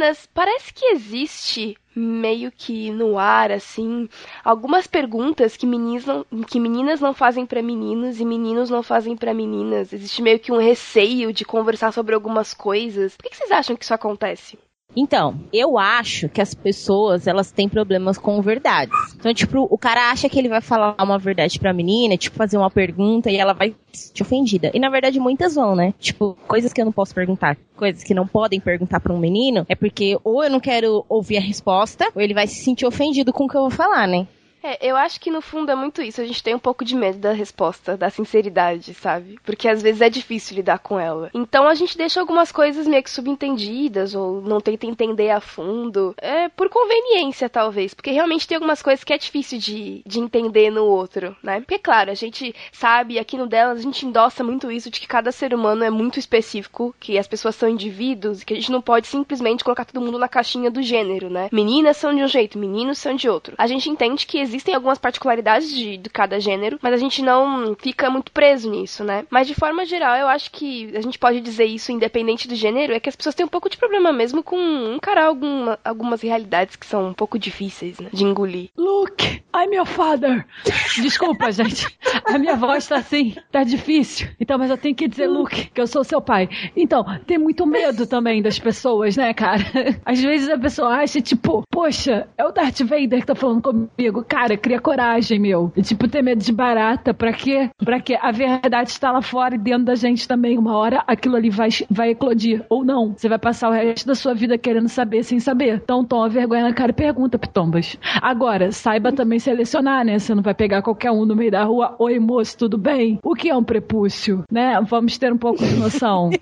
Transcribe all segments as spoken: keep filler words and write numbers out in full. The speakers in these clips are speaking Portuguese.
Meninas, parece que existe meio que no ar, assim, algumas perguntas que meninas não, que meninas não fazem pra meninos e meninos não fazem pra meninas. Existe meio que um receio de conversar sobre algumas coisas. Por que vocês acham que isso acontece? Então, eu acho que as pessoas, elas têm problemas com verdades. Então, tipo, o cara acha que ele vai falar uma verdade pra menina, tipo, fazer uma pergunta e ela vai se sentir ofendida. E, na verdade, muitas vão, né? Tipo, coisas que eu não posso perguntar, coisas que não podem perguntar pra um menino, é porque ou eu não quero ouvir a resposta, ou ele vai se sentir ofendido com o que eu vou falar, né? É, eu acho que no fundo é muito isso. A gente tem um pouco de medo da resposta, da sinceridade, sabe? Porque às vezes é difícil lidar com ela. Então a gente deixa algumas coisas meio que subentendidas, ou não tenta entender a fundo. É por conveniência, talvez. Porque realmente tem algumas coisas que é difícil de, de entender no outro, né? Porque, claro, a gente sabe, aqui no Delas, a gente endossa muito isso de que cada ser humano é muito específico, que as pessoas são indivíduos, e que a gente não pode simplesmente colocar todo mundo na caixinha do gênero, né? Meninas são de um jeito, meninos são de outro. A gente entende que existem algumas particularidades de, de cada gênero, mas a gente não fica muito preso nisso, né? Mas de forma geral, eu acho que a gente pode dizer isso independente do gênero, é que as pessoas têm um pouco de problema mesmo com encarar alguma, algumas realidades que são um pouco difíceis, né? De engolir. Luke, I'm your father. Desculpa, gente. A minha voz tá assim, tá difícil. Então, mas eu tenho que dizer, Luke, que eu sou seu pai. Então, tem muito medo também das pessoas, né, cara? Às vezes a pessoa acha, tipo, poxa, é o Darth Vader que tá falando comigo. Cara, Cara, cria coragem, meu. E, tipo, ter medo de barata. Pra quê? Pra quê? A verdade está lá fora e dentro da gente também. Uma hora aquilo ali vai, vai eclodir. Ou não. Você vai passar o resto da sua vida querendo saber sem saber. Então toma vergonha na cara e pergunta, pitombas. Agora, saiba também selecionar, né? Você não vai pegar qualquer um no meio da rua. Oi, moço, tudo bem? O que é um prepúcio? Né? Vamos ter um pouco de noção.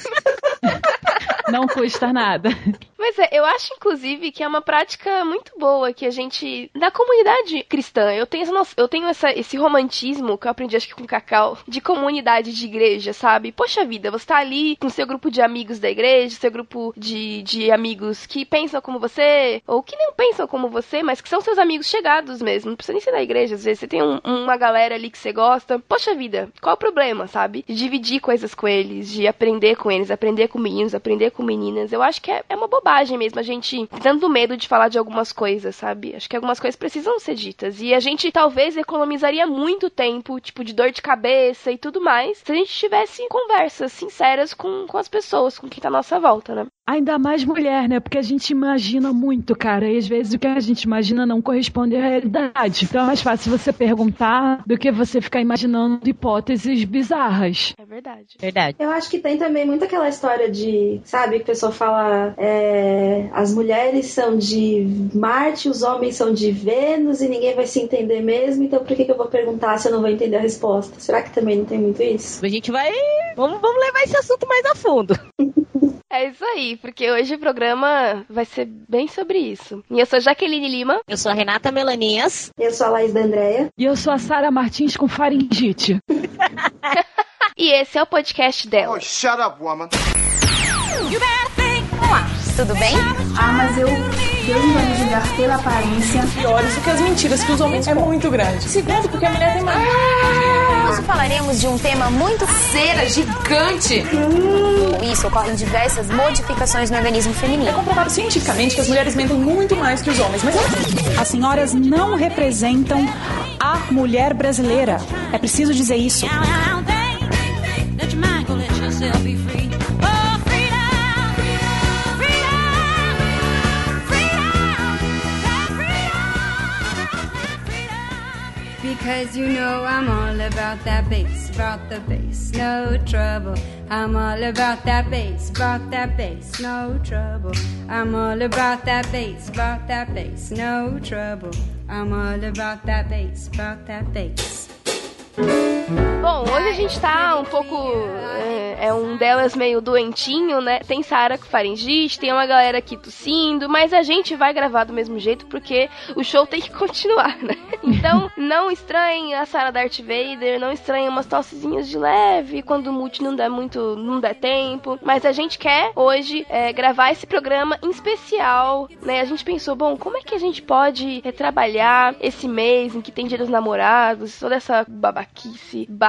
Não custa nada. Mas é, eu acho, inclusive, que é uma prática muito boa que a gente, da comunidade cristã, eu tenho, essa, eu tenho essa, esse romantismo que eu aprendi, acho que com o Cacau, de comunidade de igreja, sabe? Poxa vida, você tá ali com seu grupo de amigos da igreja, seu grupo de, de amigos que pensam como você, ou que não pensam como você, mas que são seus amigos chegados mesmo, não precisa nem ser da igreja, às vezes você tem um, uma galera ali que você gosta. Poxa vida, qual o problema, sabe? De dividir coisas com eles, de aprender com eles, aprender com meninos, aprender com meninas. Eu acho que é, é uma bobagem mesmo, a gente dando medo de falar de algumas coisas, sabe? Acho que algumas coisas precisam ser ditas. E a gente talvez economizaria muito tempo, tipo, de dor de cabeça e tudo mais, se a gente tivesse conversas sinceras com, com as pessoas, com quem tá à nossa volta, né? Ainda mais mulher, né? Porque a gente imagina muito, cara. E às vezes o que a gente imagina não corresponde à realidade. Então é mais fácil você perguntar do que você ficar imaginando hipóteses bizarras. É verdade. Verdade. Eu acho que tem também muito aquela história de, sabe, que a pessoa fala é, as mulheres são de Marte, os homens são de Vênus e ninguém vai se entender mesmo, então por que, que eu vou perguntar se eu não vou entender a resposta? Será que também não tem muito isso? A gente vai... Vamos, vamos levar esse assunto mais a fundo. É isso aí, porque hoje o programa vai ser bem sobre isso. E eu sou Jaqueline Lima. Eu sou a Renata Melanias. Eu sou a Laís da Andréia. E eu sou a Sara Martins com faringite. E esse é o podcast dela. Oh, shut up, woman. Olá, tudo bem? Ah, mas eu... Deus não vai me julgar pela aparência. Piores do que as mentiras que os homens é muito grande. Segundo, porque a mulher tem mais... Ah, hoje falaremos de um tema muito... Cera gigante! Hum. Com isso, ocorrem diversas modificações no organismo feminino. É comprovado cientificamente que as mulheres mentem muito mais que os homens, mas... As senhoras não representam a mulher brasileira. É preciso dizer isso. Because you know I'm all about that bass, about the bass, no trouble. I'm all about that bass, about that bass, no trouble. I'm all about that bass, about that bass, no trouble. I'm all about that bass, about that bass. Bom, hoje a gente tá um pouco... É, é um delas meio doentinho, né? Tem Sara com faringite, tem uma galera aqui tossindo, mas a gente vai gravar do mesmo jeito porque o show tem que continuar, né? Então, não estranhem a Sara Darth Vader, não estranhem umas tossezinhas de leve quando o multi não der muito, não der tempo. Mas a gente quer hoje é, gravar esse programa em especial, né? A gente pensou, bom, como é que a gente pode retrabalhar esse mês em que tem Dia dos Namorados, toda essa babaquice,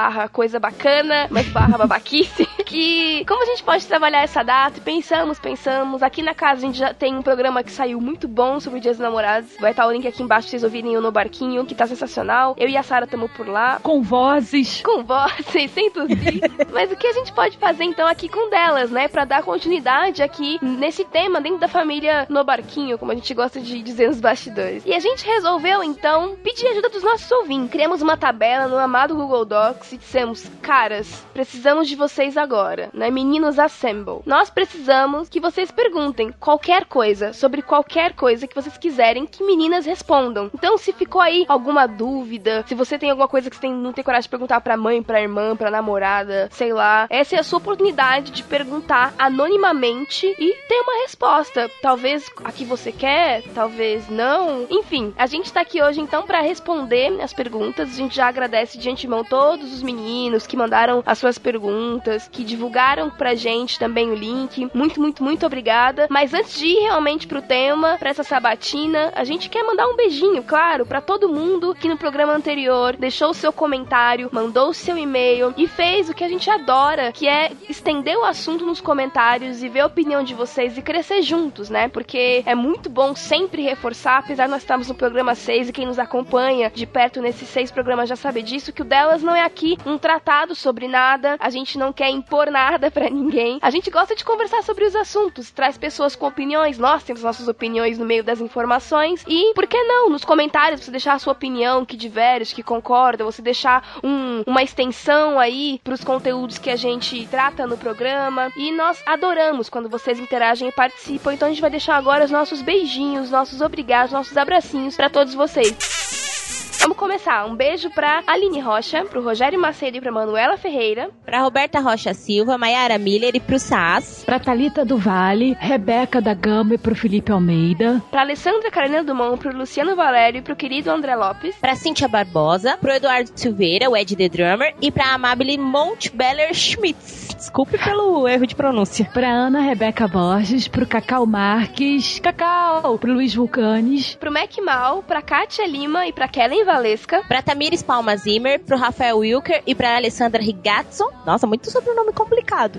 barra coisa bacana, mas barra babaquice, que como a gente pode trabalhar essa data? Pensamos, pensamos. Aqui na casa a gente já tem um programa que saiu muito bom sobre o Dia dos Namorados. Vai estar o link aqui embaixo pra vocês ouvirem o No Barquinho, que tá sensacional. Eu e a Sara estamos por lá. Com vozes. Com vozes, sem tossir. Mas o que a gente pode fazer então aqui com delas, né? Pra dar continuidade aqui nesse tema dentro da família No Barquinho, como a gente gosta de dizer nos bastidores. E a gente resolveu então pedir ajuda dos nossos ouvintes. Criamos uma tabela no amado Google Docs e dissemos: caras, precisamos de vocês agora, né? Meninos Assemble. Nós precisamos que vocês perguntem qualquer coisa, sobre qualquer coisa que vocês quiserem que meninas respondam. Então, se ficou aí alguma dúvida, se você tem alguma coisa que você tem, não tem coragem de perguntar pra mãe, pra irmã, pra namorada, sei lá, essa é a sua oportunidade de perguntar anonimamente e ter uma resposta. Talvez a que você quer, talvez não. Enfim, a gente tá aqui hoje então pra responder as perguntas. A gente já agradece de antemão todos os meninos que mandaram as suas perguntas, que divulgaram pra gente também o link. Muito, muito, muito obrigada. Mas antes de ir realmente pro tema, pra essa sabatina, a gente quer mandar um beijinho, claro, pra todo mundo que no programa anterior deixou o seu comentário, mandou o seu e-mail e fez o que a gente adora, que é estender o assunto nos comentários e ver a opinião de vocês e crescer juntos, né? Porque é muito bom sempre reforçar, apesar de nós estarmos no programa seis e quem nos acompanha de perto nesses seis programas já sabe disso, que o Delas não é aqui um tratado sobre nada, a gente não quer impor nada pra ninguém, a gente gosta de conversar sobre os assuntos, traz pessoas com opiniões, nós temos nossas opiniões no meio das informações e, por que não, nos comentários você deixar a sua opinião, que diverge, que concorda, você deixar um, uma extensão aí pros conteúdos que a gente trata no programa e nós adoramos quando vocês interagem e participam, então a gente vai deixar agora os nossos beijinhos, nossos obrigados, nossos abracinhos pra todos vocês. Vamos começar. Um beijo pra Aline Rocha, pro Rogério Macedo e pra Manuela Ferreira, pra Roberta Rocha Silva, Maiara Miller e pro Sass, pra Thalita do Vale, Rebeca da Gama e pro Felipe Almeida, pra Alessandra Carolina Dumont, pro Luciano Valério e pro querido André Lopes, pra Cíntia Barbosa, pro Eduardo Silveira, o Ed The Drummer e pra Amabile Montbeller Schmitz. Desculpe pelo erro de pronúncia. Pra Ana Rebeca Borges, pro Cacau Marques, Cacau, pro Luiz Vulcanes, pro Mac Mal, pra Kátia Lima e pra Kellen Valesca, pra Tamires Palma Zimmer, pro Rafael Wilker e pra Alessandra Rigatson. Nossa, muito sobrenome complicado.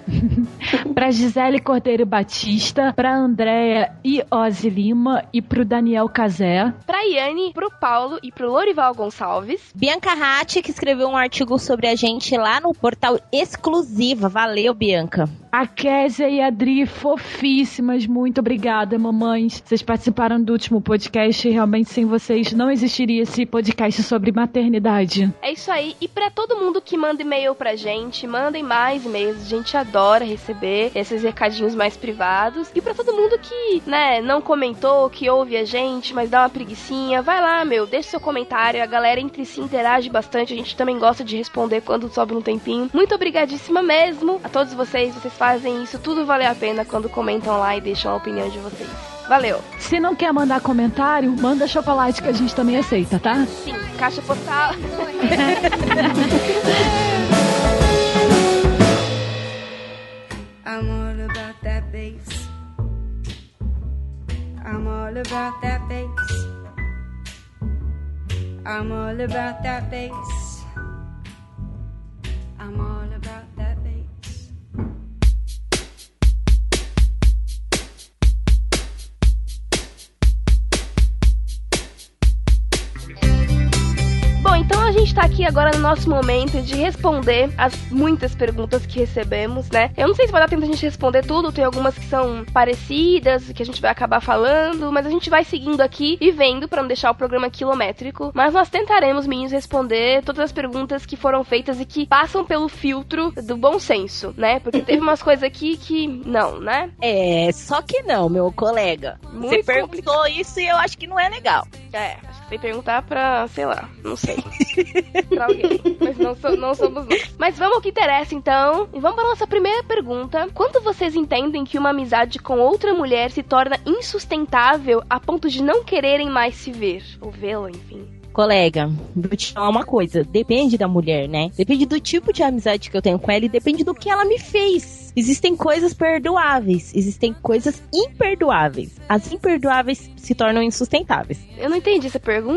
Pra Gisele Cordeiro Batista, pra Andréa e Ozzy Lima e pro Daniel Cazé, pra Iane, pro Paulo e pro Lorival Gonçalves, Bianca Ratti, que escreveu um artigo sobre a gente lá no portal Exclusiva. Valeu, Bianca. A Kézia e a Adri, fofíssimas, muito obrigada, mamães. Vocês participaram do último podcast e realmente sem vocês não existiria esse podcast sobre maternidade. É isso aí. E pra todo mundo que manda e-mail pra gente, mandem mais e-mails. A gente adora receber esses recadinhos mais privados. E pra todo mundo que, né, não comentou, que ouve a gente, mas dá uma preguicinha, vai lá, meu, deixa seu comentário. A galera entre si interage bastante. A gente também gosta de responder quando sobe um tempinho. Muito obrigadíssima mesmo a todos vocês. Vocês fazem isso tudo valer a pena quando comentam lá e deixam a opinião de vocês. Valeu! Se não quer mandar comentário, manda chocolate que a gente também aceita, tá? Sim, caixa postal. I'm all about that bass. I'm all about that bass. I'm all about that bass. I'm all about that bass. Bom, então a gente tá aqui agora no nosso momento de responder as muitas perguntas que recebemos, né? Eu não sei se vai dar tempo a gente responder tudo, tem algumas que são parecidas, que a gente vai acabar falando, mas a gente vai seguindo aqui e vendo pra não deixar o programa quilométrico. Mas nós tentaremos, meninos, responder todas as perguntas que foram feitas e que passam pelo filtro do bom senso, né? Porque teve umas coisas aqui que não, né? É, só que não, meu colega. Muito Você perguntou complicado. Isso e eu acho que não é legal. É, acho que tem que perguntar pra, sei lá, não sei. Pra alguém, mas não, so, não somos nós. Mas vamos ao que interessa então. E vamos para nossa primeira pergunta. Quando vocês entendem que uma amizade com outra mulher se torna insustentável a ponto de não quererem mais se ver? Ou vê-la, enfim. Colega, vou te falar uma coisa. Depende da mulher, né? Depende do tipo de amizade que eu tenho com ela e depende do que ela me fez. Existem coisas perdoáveis, existem coisas imperdoáveis. As imperdoáveis se tornam insustentáveis. Eu não entendi essa pergunta.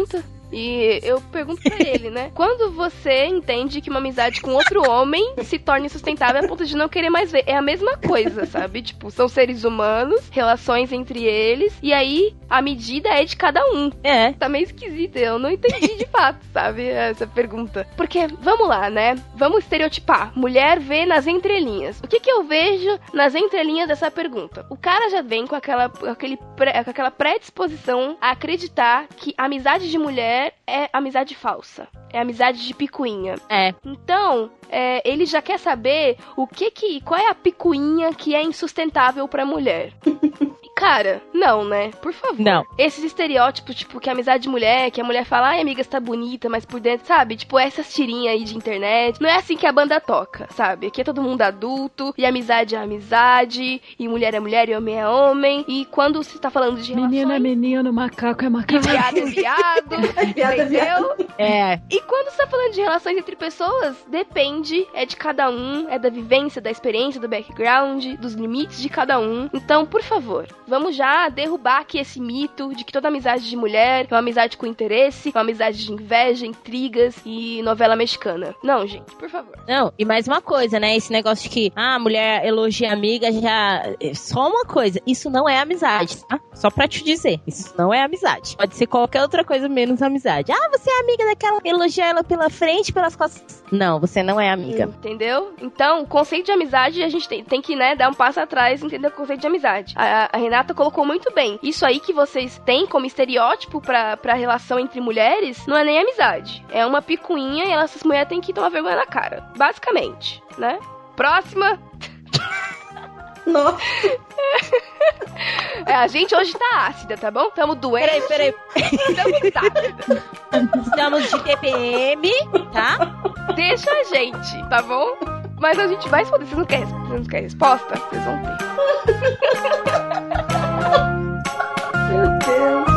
E eu pergunto pra ele, né? Quando você entende que uma amizade com outro homem se torna insustentável a ponto de não querer mais ver? É a mesma coisa, sabe? Tipo, são seres humanos, relações entre eles, e aí a medida é de cada um. É. Tá meio esquisito, eu não entendi de fato, sabe? Essa pergunta. Porque, vamos lá, né? Vamos estereotipar. Mulher vê nas entrelinhas. O que que eu vejo nas entrelinhas dessa pergunta? O cara já vem com aquela, aquele pré, com aquela predisposição a acreditar que a amizade de mulher é amizade falsa. É amizade de picuinha. É. Então, é, ele já quer saber o que que... Qual é a picuinha que é insustentável pra mulher? Cara, não, né? Por favor. Não. Esses estereótipos, tipo, que a amizade de mulher, que a mulher fala, ai, amiga, você tá bonita, mas por dentro, sabe? Tipo, essas tirinhas aí de internet. Não é assim que a banda toca, sabe? Aqui é todo mundo adulto, e amizade é amizade, e mulher é mulher, e homem é homem. E quando você tá falando de relações... Menino é menino, macaco é macaco. Viado é viado, entendeu? É. E quando você tá falando de relações entre pessoas, depende, é de cada um, é da vivência, da experiência, do background, dos limites de cada um. Então, por favor, vamos já derrubar aqui esse mito de que toda amizade de mulher é uma amizade com interesse, uma amizade de inveja, intrigas e novela mexicana. Não, gente, por favor. Não, e mais uma coisa, né? Esse negócio de que, ah, a mulher elogia a amiga, já... Só uma coisa, isso não é amizade, tá? Só pra te dizer, isso não é amizade. Pode ser qualquer outra coisa menos amizade. Ah, você é amiga daquela... Elogia ela pela frente, pelas costas. Não, você não é amiga. Entendeu? Então, o conceito de amizade, a gente tem, tem que, né, dar um passo atrás e entender o conceito de amizade. A, a Renata colocou muito bem. Isso aí que vocês têm como estereótipo pra, pra relação entre mulheres, não é nem amizade. É uma picuinha e essas mulheres têm que tomar vergonha na cara. Basicamente, né? Próxima. Nossa. É, a gente hoje tá ácida, tá bom? Tamo doente. Peraí, peraí. Tamo ácida. Estamos de T P M, tá? Deixa a gente, tá bom? Mas a gente vai responder. Vocês não querem, vocês não querem resposta? Vocês vão ter. Meu Deus.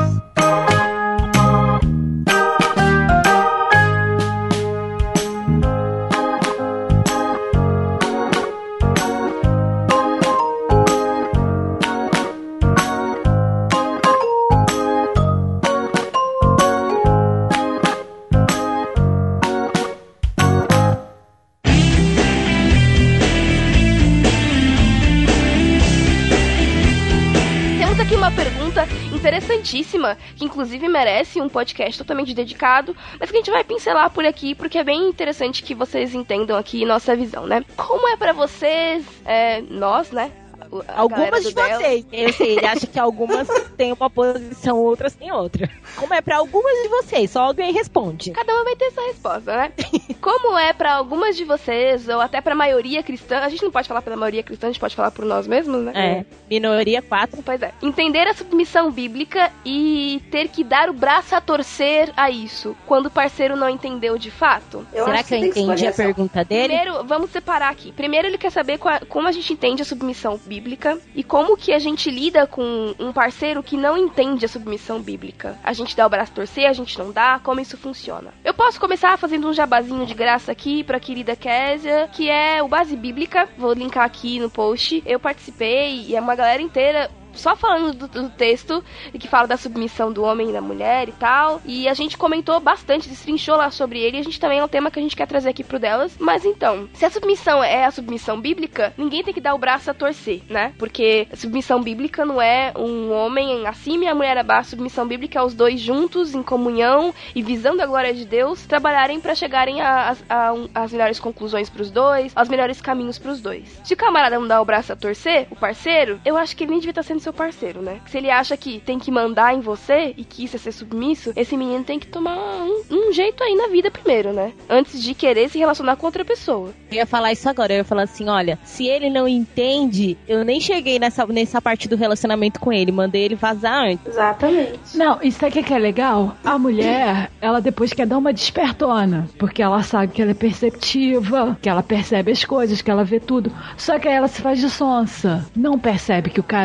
Interessantíssima, que inclusive merece um podcast totalmente dedicado, mas que a gente vai pincelar por aqui, porque é bem interessante que vocês entendam aqui nossa visão, né? Como é pra vocês, é, nós, né? A algumas de vocês. Eu sei, ele acha que algumas têm uma posição, outras têm outra. Como é pra algumas de vocês? Só alguém responde. Cada uma vai ter essa resposta, né? Como é pra algumas de vocês, ou até pra maioria cristã, a gente não pode falar pela maioria cristã, a gente pode falar por nós mesmos, né? É, minoria quatro. Pois é. Entender a submissão bíblica e ter que dar o braço a torcer a isso, quando o parceiro não entendeu de fato. Eu Será que eu entendi a pergunta dele? Primeiro, vamos separar aqui. Primeiro, ele quer saber qual, como a gente entende a submissão bíblica e como que a gente lida com um parceiro que não entende a submissão bíblica. A gente dá o braço a torcer, a gente não dá, como isso funciona. Eu posso começar fazendo um jabazinho de graça aqui pra querida Késia, que é o Base Bíblica, vou linkar aqui no post. Eu participei e é uma galera inteira só falando do, do texto que fala da submissão do homem e da mulher e tal, e a gente comentou bastante, destrinchou lá sobre ele, e a gente também é um tema que a gente quer trazer aqui pro delas. Mas então, se a submissão é a submissão bíblica, ninguém tem que dar o braço a torcer, né? Porque a submissão bíblica não é um homem acima e a mulher abaixo. A submissão bíblica é os dois juntos, em comunhão e visando a glória de Deus, trabalharem pra chegarem às melhores conclusões pros dois, aos melhores caminhos pros dois. Se o camarada não dá o braço a torcer, o parceiro, eu acho que ele nem devia estar sendo seu parceiro, né? Se ele acha que tem que mandar em você e que isso é ser submisso, esse menino tem que tomar um, um jeito aí na vida primeiro, né? Antes de querer se relacionar com outra pessoa. Eu ia falar isso agora, eu ia falar assim, olha, se ele não entende, eu nem cheguei nessa, nessa parte do relacionamento com ele, mandei ele vazar antes. Exatamente. Não, isso aqui que é legal, a mulher, ela depois quer dar uma despertona, porque ela sabe que ela é perceptiva, que ela percebe as coisas, que ela vê tudo, só que aí ela se faz de sonsa, não percebe que o cara não entende,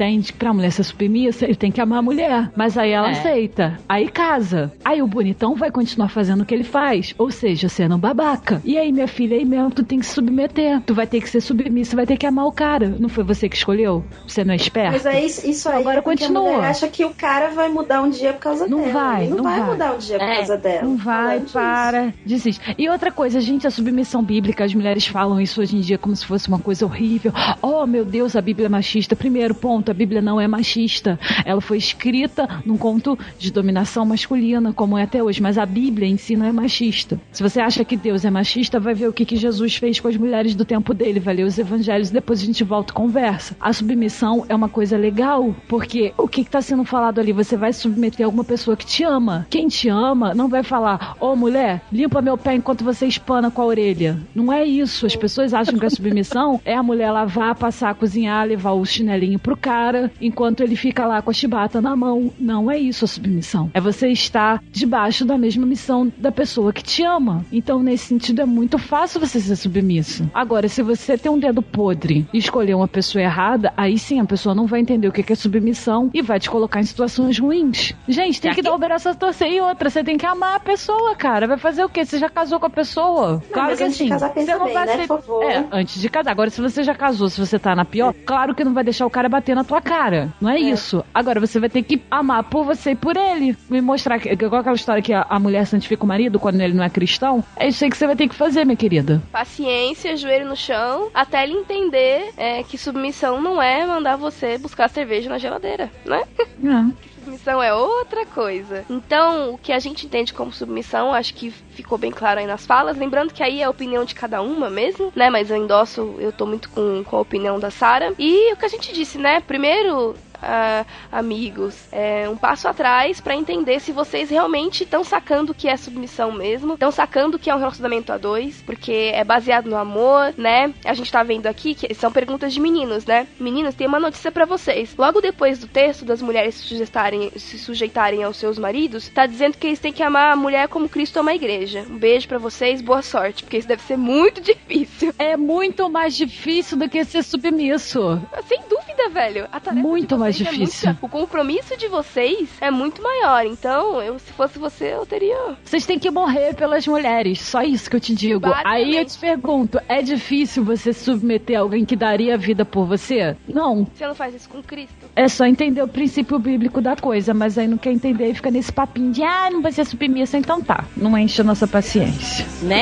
entende que pra mulher ser submissa, ele tem que amar a mulher. Mas aí ela É. aceita. Aí casa. Aí o bonitão vai continuar fazendo o que ele faz. Ou seja, sendo um babaca. E aí, minha filha, aí mesmo tu tem que se submeter. Tu vai ter que ser submissa, vai ter que amar o cara. Não foi você que escolheu? Você não é esperto? Mas aí, isso aí Agora é porque continua. a mulher acha que o cara vai mudar um dia por causa Não dela. vai, Ele não, não vai, vai. mudar um dia por É, causa dela. Não vai, Falando disso. para, desiste. E outra coisa, gente, a submissão bíblica, as mulheres falam isso hoje em dia como se fosse uma coisa horrível. Oh, meu Deus, a Bíblia é machista. Primeiro ponto, a Bíblia não é machista. Ela foi escrita num conto de dominação masculina, como é até hoje, mas a Bíblia em si não é machista. Se você acha que Deus é machista, vai ver o que, que Jesus fez com as mulheres do tempo dele, vai ler os evangelhos, depois a gente volta e conversa. A submissão é uma coisa legal, porque o que está sendo falado ali? Você vai submeter a alguma pessoa que te ama. Quem te ama não vai falar, ô oh, mulher, limpa meu pé enquanto você espana com a orelha. Não é isso. As pessoas acham que a submissão é a mulher lavar, passar, cozinhar, levar o chinelinho pro cara, enquanto ele fica lá com a chibata na mão. Não é isso a submissão. É você estar debaixo da mesma missão da pessoa que te ama. Então, nesse sentido, é muito fácil você ser submisso. Agora, se você tem um dedo podre e escolher uma pessoa errada, aí sim a pessoa não vai entender o que é submissão e vai te colocar em situações ruins. Gente, tem que dar o braço a torcer. E outra, você tem que amar a pessoa, cara. Vai fazer o quê? Você já casou com a pessoa? Não, Claro mas que antes de assim. casar, pensa Você não bem, vai né, ser... por favor. É, antes de casar. Agora, se você já casou, se você tá na pior, claro que não vai deixar o cara bater na tua cara. Não é, É. isso. Agora, você vai ter que amar por você e por ele. Me mostrar que, igual aquela história que a, a mulher santifica o marido quando ele não é cristão. É isso aí que você vai ter que fazer, minha querida. Paciência, joelho no chão, até ele entender é, que submissão não é mandar você buscar cerveja na geladeira, né? É. Submissão é outra coisa. Então, o que a gente entende como submissão, acho que ficou bem claro aí nas falas. Lembrando que aí é a opinião de cada uma mesmo, né? Mas eu endosso, eu tô muito com, com a opinião da Sarah. E o que a gente disse, né? Primeiro... Uh, amigos, é, um passo atrás pra entender se vocês realmente estão sacando o que é submissão mesmo, estão sacando o que é um relacionamento a dois, porque é baseado no amor, né? A gente tá vendo aqui que são perguntas de meninos, né? Meninos, tem uma notícia pra vocês. Logo depois do texto das mulheres se sujeitarem, se sujeitarem aos seus maridos, tá dizendo que eles têm que amar a mulher como Cristo ama a igreja. Um beijo pra vocês, boa sorte, porque isso deve ser muito difícil. É muito mais difícil do que ser submisso. Sem dúvida, velho. A tarefa Muito de mais vocês é difícil. muito- o compromisso de vocês é muito maior. Então, eu, se fosse você, eu teria... Vocês têm que morrer pelas mulheres, só isso que eu te digo. Basicamente. Aí eu te pergunto, é difícil você submeter alguém que daria a vida por você? Não. Você não faz isso com Cristo? É só entender o princípio bíblico da coisa, mas aí não quer entender e fica nesse papinho de, ah, não vai ser submissa, então tá. Não enche a nossa paciência. Né?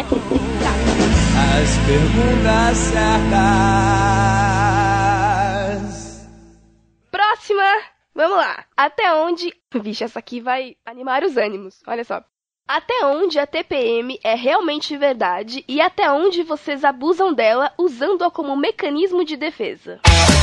As perguntas certas. Próxima! Vamos lá. Até onde... Vixe, essa aqui vai animar os ânimos. Olha só. Até onde a T P M é realmente verdade e até onde vocês abusam dela usando-a como mecanismo de defesa?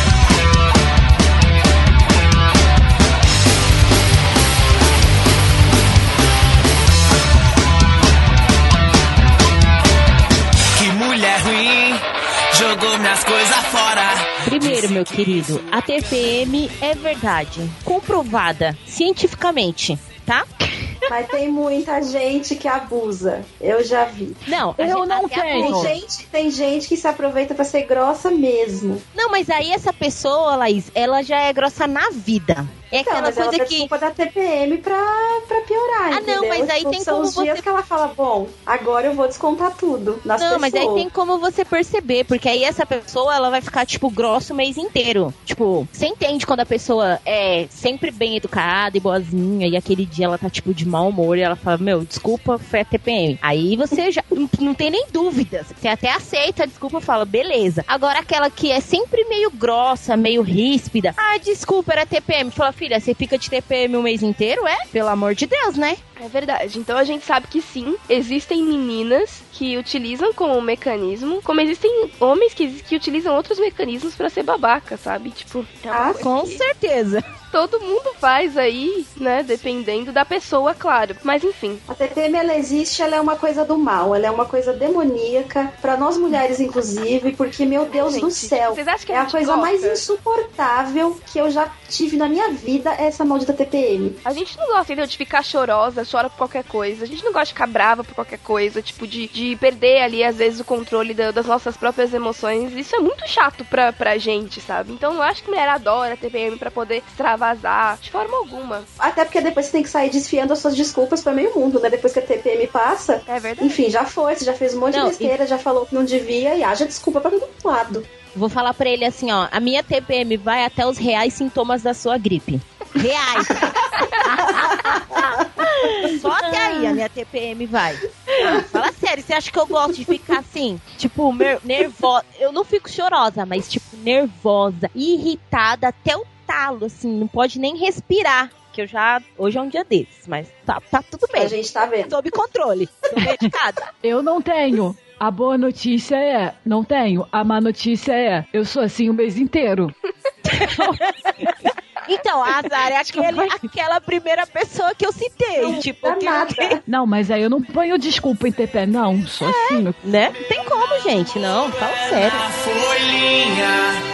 Que mulher ruim, jogou minhas coisas fora. Primeiro, meu querido, a T P M é verdade, comprovada cientificamente, tá? Mas tem muita gente que abusa. Eu já vi. Não, a Eu gente- não até tenho. Tem abusa. gente, tem gente que se aproveita pra ser grossa mesmo. Não, mas aí essa pessoa, Laís, ela já é grossa na vida. É Então, aquela mas ela coisa dá que... desculpa da T P M pra, pra piorar, Ah, não, entendeu? mas aí Tipo, tem são como os dias você- que ela fala, bom, agora eu vou descontar tudo nas Não, pessoas. mas aí tem como você perceber, porque aí essa pessoa, ela vai ficar, tipo, grossa o mês inteiro. Tipo, você entende quando a pessoa é sempre bem educada e boazinha, e aquele dia ela tá, tipo, de mau humor, e ela fala, meu, desculpa, foi a T P M. Aí você já não, não tem nem dúvidas. Você até aceita a desculpa e fala, beleza. Agora aquela que é sempre meio grossa, meio ríspida, ah, desculpa, era T P M. Fala, filha, você fica de T P M o mês inteiro, é? Pelo amor de Deus, né? É verdade. Então a gente sabe que sim, existem meninas que utilizam como mecanismo, como existem homens que, que utilizam outros mecanismos pra ser babaca, sabe? Tipo, é uma Ah, coisa Com que certeza. todo mundo faz aí, né? Dependendo da pessoa, claro. Mas enfim. A T P M, ela existe, ela é uma coisa do mal, ela é uma coisa demoníaca, pra nós mulheres, inclusive, porque, meu Deus Gente, do céu, vocês acham que é a a gente coisa gosta? mais insuportável que eu já tive na minha vida, essa maldita T P M. A gente não gosta, entendeu? De ficar chorosa, chora por qualquer coisa, a gente não gosta de ficar brava por qualquer coisa, tipo, de, de perder ali, às vezes, o controle da, das nossas próprias emoções. Isso é muito chato pra, pra gente, sabe? Então eu acho que mulher adora T P M pra poder extravasar, de forma alguma. Até porque depois você tem que sair desfiando as suas desculpas pra meio mundo, né? Depois que a T P M passa. É verdade. Enfim, já foi, você já fez um monte Não, de besteira, e... já falou que não devia e haja desculpa pra todo lado. Vou falar pra ele assim, ó, a minha T P M vai até os reais sintomas da sua gripe. Reais. Só até aí a minha T P M vai. Ah, fala sério, você acha que eu gosto de ficar assim, tipo, nervosa? Eu não fico chorosa, mas tipo, nervosa, irritada até o talo, assim, não pode nem respirar. Que eu já... Hoje é um dia desses, mas tá, tá tudo bem. A gente tá vendo. Sob controle. Tô medicada. Eu não tenho. A boa notícia é... Não tenho. A má notícia é... Eu sou assim o mês inteiro. Então, a Azar é aquele, aquela primeira pessoa que eu citei. Não, tipo, não, que nada. não, Não, mas aí eu não ponho desculpa em T P M. Não, sou é, assim. Né? Não tem como, gente. Não, fala sério. Folhinha.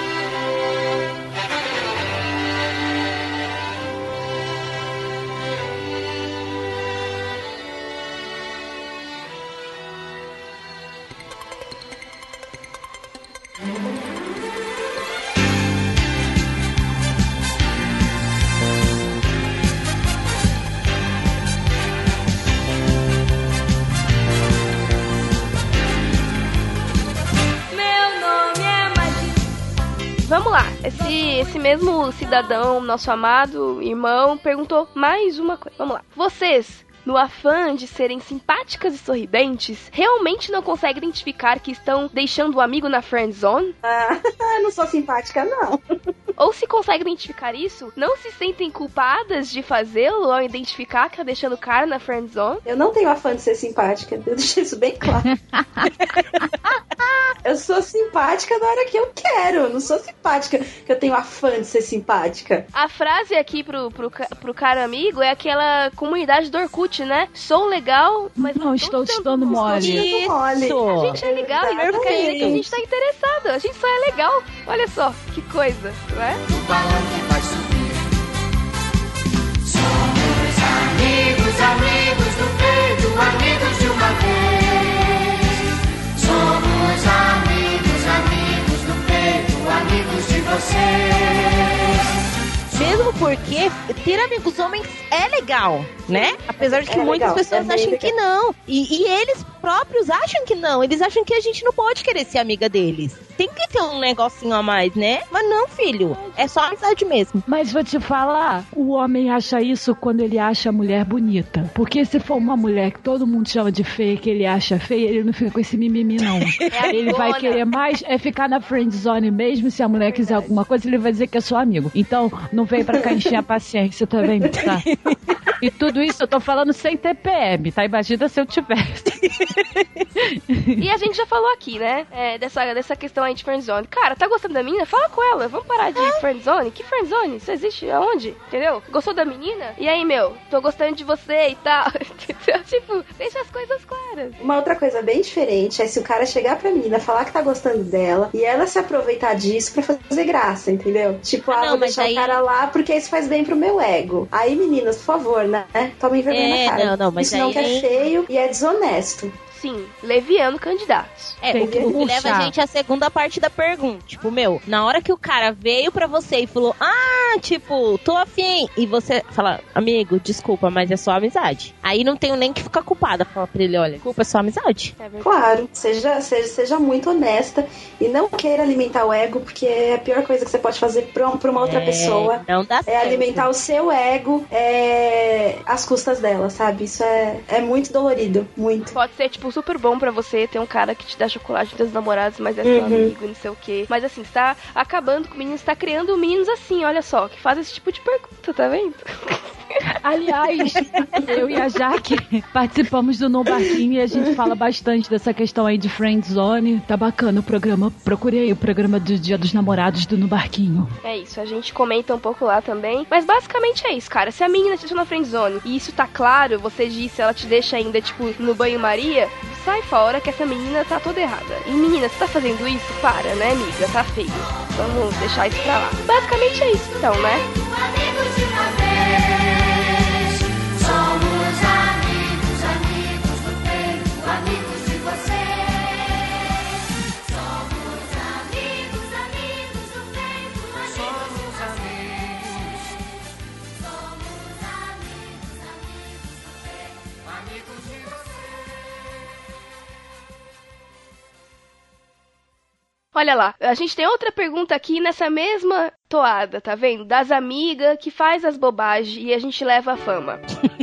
Vamos lá, esse, esse mesmo cidadão, nosso amado irmão, perguntou mais uma coisa. Vamos lá. Vocês, no afã de serem simpáticas e sorridentes, realmente não conseguem identificar que estão deixando o amigo na friend zone? Ah, não sou simpática, não. Ou se conseguem identificar isso, não se sentem culpadas de fazê-lo ao identificar que tá deixando o cara na friend zone? Eu não tenho afã de ser simpática, eu deixei isso bem claro. Eu sou simpática na hora que eu quero, eu não sou simpática que eu tenho afã de ser simpática. A frase aqui pro, pro, pro cara amigo é aquela comunidade do Orkut, né? Sou legal, mas não, não estou te dando mole. Isso. A gente é legal e não quer dizer que a gente tá interessado. A gente só é legal. Olha só, que coisa, não é? O balão que vai subir. Somos amigos, amigos do peito, amigos de uma vez. Somos amigos, amigos do peito, amigos de vocês. Mesmo porque ter amigos homens é legal, né? Apesar de que é muitas legal, pessoas é acham legal. que não. E, e eles próprios acham que não. Eles acham que a gente não pode querer ser amiga deles. Tem que ter um negocinho a mais, né? Mas não, filho. É só amizade mesmo. Mas vou te falar, o homem acha isso quando ele acha a mulher bonita. Porque se for uma mulher que todo mundo chama de feia, que ele acha feia, ele não fica com esse mimimi, não. É Ele vai querer mais é ficar na friend zone mesmo. Se a mulher quiser alguma coisa, ele vai dizer que é seu amigo. Então, não vem pra cá encher a paciência também, tá? E tudo isso eu tô falando sem T P M, tá? Imagina se eu tivesse. E a gente já falou aqui, né? É, dessa, dessa questão aí de friendzone. Cara, tá gostando da menina? Fala com ela. Vamos parar de friendzone. Que friendzone? Isso existe aonde? Entendeu? Gostou da menina? E aí, meu? Tô gostando de você e tal. Tipo, deixa as coisas claras. Uma outra coisa bem diferente é se o cara chegar pra menina, falar que tá gostando dela e ela se aproveitar disso pra fazer graça, entendeu? Tipo, ah, Ah, não, vou mas deixar aí- o cara lá porque isso faz bem pro meu ego. Aí, meninas, por favor, né? Tomem vergonha É, na cara. não, não, mas isso não aí- que é feio e é desonesto. Sim, leviano candidatos. É, Tem o que, que o que leva puxar. a gente à segunda parte da pergunta. Tipo, meu, na hora que o cara veio pra você e falou, ah, tipo, tô afim. E você fala, amigo, desculpa, mas é só amizade. Aí não tenho nem que ficar culpada. Falar pra ele, olha, desculpa, é só amizade. É verdade. Claro, seja, seja, seja muito honesta e não queira alimentar o ego, porque é a pior coisa que você pode fazer pra, pra uma outra É, pessoa. Não dá É certo. alimentar o seu ego é, às custas dela, sabe? Isso é, é muito dolorido, muito. Pode ser, tipo, super bom pra você ter um cara que te dá chocolate dos namorados, mas é seu Uhum. amigo e não sei o quê. Mas assim, você tá acabando com meninos, você tá criando meninos assim, olha só, que fazem esse tipo de pergunta, tá vendo? Aliás, eu e a Jaque participamos do No Barquinho e a gente fala bastante dessa questão aí de friend zone. Tá bacana o programa. Procure aí o programa do Dia dos Namorados do No Barquinho. É isso, a gente comenta um pouco lá também. Mas basicamente é isso, cara. Se a menina te deixou na friendzone e isso tá claro, você disse, ela te deixa ainda, tipo, no banho-maria, sai fora que essa menina tá toda errada. E menina, você tá fazendo isso? Para, né, amiga? Tá feio. Vamos deixar isso pra lá. Basicamente é isso, então, né? Amigos de uma vez, somos Olha lá, a gente tem outra pergunta aqui nessa mesma toada, tá vendo? Das amigas que faz as bobagens e a gente leva a fama.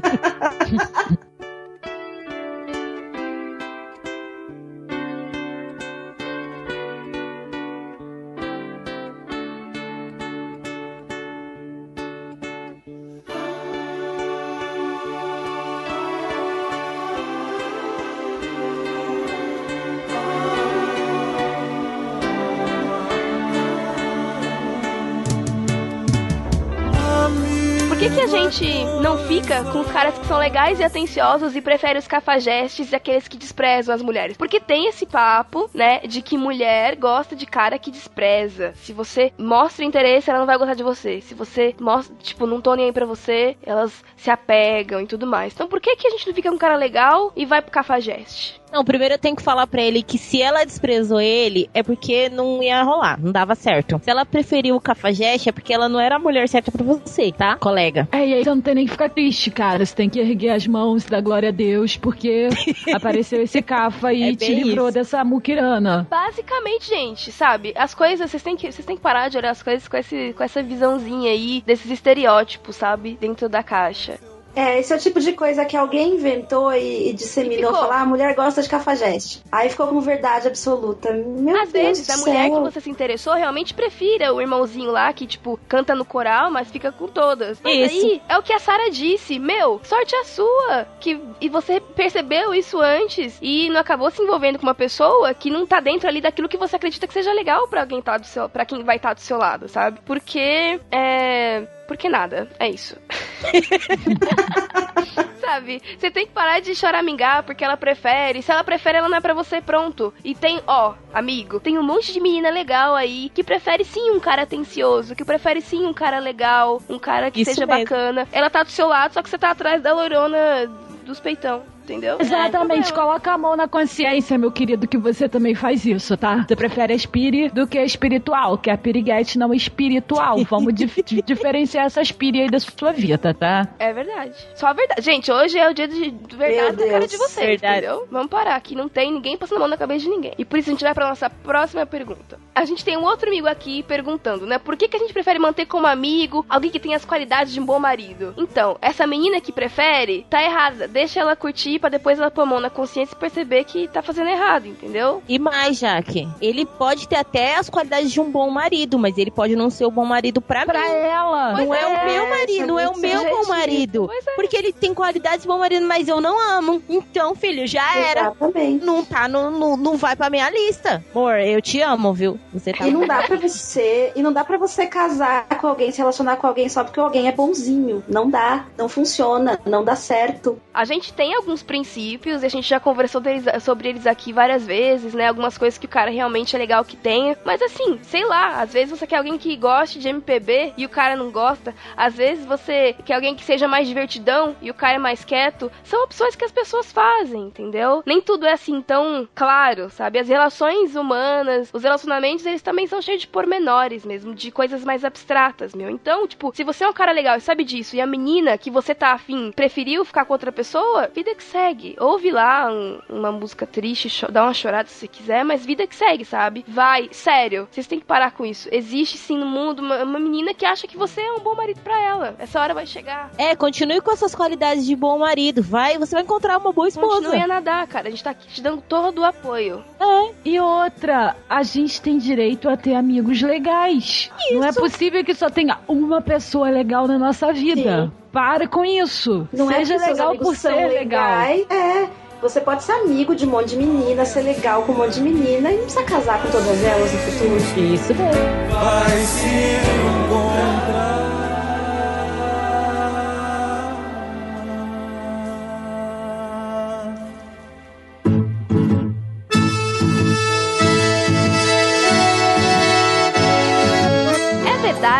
Por que que a gente não fica com os caras que são legais e atenciosos e prefere os cafajestes e aqueles que desprezam as mulheres? Porque tem esse papo, né, de que mulher gosta de cara que despreza. Se você mostra interesse, ela não vai gostar de você. Se você mostra, tipo, não tô nem aí pra você, elas se apegam e tudo mais. Então por que que a gente não fica com um cara legal e vai pro cafajeste? Não, primeiro eu tenho que falar pra ele que se ela desprezou ele, é porque não ia rolar, não dava certo. Se ela preferiu o cafajeste, é porque ela não era a mulher certa pra você, tá, colega? É, e aí você não tem nem que ficar triste, cara. Você tem que erguer as mãos e dar glória a Deus, porque apareceu esse cafa e É te bem livrou isso. dessa muquirana. Basicamente, gente, sabe? As coisas, vocês têm que, vocês têm que parar de olhar as coisas com, esse, com essa visãozinha aí, desses estereótipos, sabe? Dentro da caixa. É, esse é o tipo de coisa que alguém inventou e, e disseminou, falar, ah, a mulher gosta de cafajeste. Aí ficou como verdade absoluta. Meu Às Deus vezes, do a mulher céu. que você se interessou realmente prefira o irmãozinho lá que, tipo, canta no coral, mas fica com todas. Mas Isso. aí, é o que a Sarah disse. Meu, sorte a sua. Que, e você percebeu isso antes e não acabou se envolvendo com uma pessoa que não tá dentro ali daquilo que você acredita que seja legal pra alguém tá do seu, pra quem vai estar do seu lado, sabe? Porque, é... Porque nada, é isso. Sabe? Você tem que parar de choramingar porque ela prefere. Se ela prefere, ela não é pra você, pronto. E tem, ó, amigo, tem um monte de menina legal aí que prefere sim um cara atencioso, que prefere sim um cara legal, um cara que Isso seja mesmo. bacana. Ela tá do seu lado, só que você tá atrás da loirona dos peitão. Entendeu? Exatamente, É, coloca a mão na consciência, meu querido, que você também faz isso, tá? Você prefere a espiri do que a espiritual, que a piriguete não é espiritual. Vamos dif- diferenciar essa espiri aí da sua vida, tá? É verdade. Só a verdade. Gente, hoje é o dia de de verdade Meu na cara Deus, de vocês, verdade. entendeu? Vamos parar, aqui não tem ninguém passando a mão na cabeça de ninguém. E por isso a gente vai pra nossa próxima pergunta. A gente tem um outro amigo aqui perguntando, né? Por que que a gente prefere manter como amigo alguém que tem as qualidades de um bom marido? Então, essa menina que prefere, tá errada. Deixa ela curtir pra depois ela pôr a mão na consciência e perceber que tá fazendo errado, entendeu? E mais, Jaque, ele pode ter até as qualidades de um bom marido, mas ele pode não ser o bom marido pra, Pra mim. ela! Não é, o é, meu marido, isso é não é o muito meu bom subjetivo. marido. Pois é. Porque ele tem qualidades de bom marido, mas eu não amo. Então, filho, já era. Exatamente. Não tá, no, no- não vai pra minha lista. Amor, eu te amo, viu? Você tá E não dá pra você, e não dá pra você casar com alguém, se relacionar com alguém só porque alguém é bonzinho. Não dá, não funciona, não dá certo. A gente tem alguns princípios, e a gente já conversou deles- sobre eles aqui várias vezes, né? Algumas coisas que o cara realmente é legal que tenha. Mas assim, sei lá, às vezes você quer alguém que goste de M P B e o cara não gosta. Às vezes você quer alguém que seja mais divertidão e o cara é mais quieto. São opções que as pessoas fazem, entendeu? Nem tudo é assim tão claro, sabe? As relações humanas, os relacionamentos, eles também são cheios de pormenores mesmo, de coisas mais abstratas, meu. Então, tipo, se você é um cara legal e sabe disso, e a menina que você tá afim preferiu ficar com outra pessoa, vida que segue. Ouve lá um- uma música triste, cho- dá uma chorada se você quiser, mas vida que segue, sabe? Vai, sério, vocês têm que parar com isso. Existe sim no mundo uma, uma menina que acha que você é um bom marido pra ela. Essa hora vai chegar. É, continue com as suas qualidades de bom marido. Vai, você vai encontrar uma boa esposa. Continue a nadar, cara. A gente tá aqui te dando todo o apoio. É. E outra, a gente tem direito a ter amigos legais. Não é possível que só tenha uma pessoa legal na nossa vida. Sim. Para com isso. Não Seja é que seus legal amigos por são ser legal. legais. É, você pode ser amigo de um monte de menina, ser legal com um monte de menina e não precisa casar com todas elas no futuro. Isso mesmo. Vai se encontrar. É verdade que as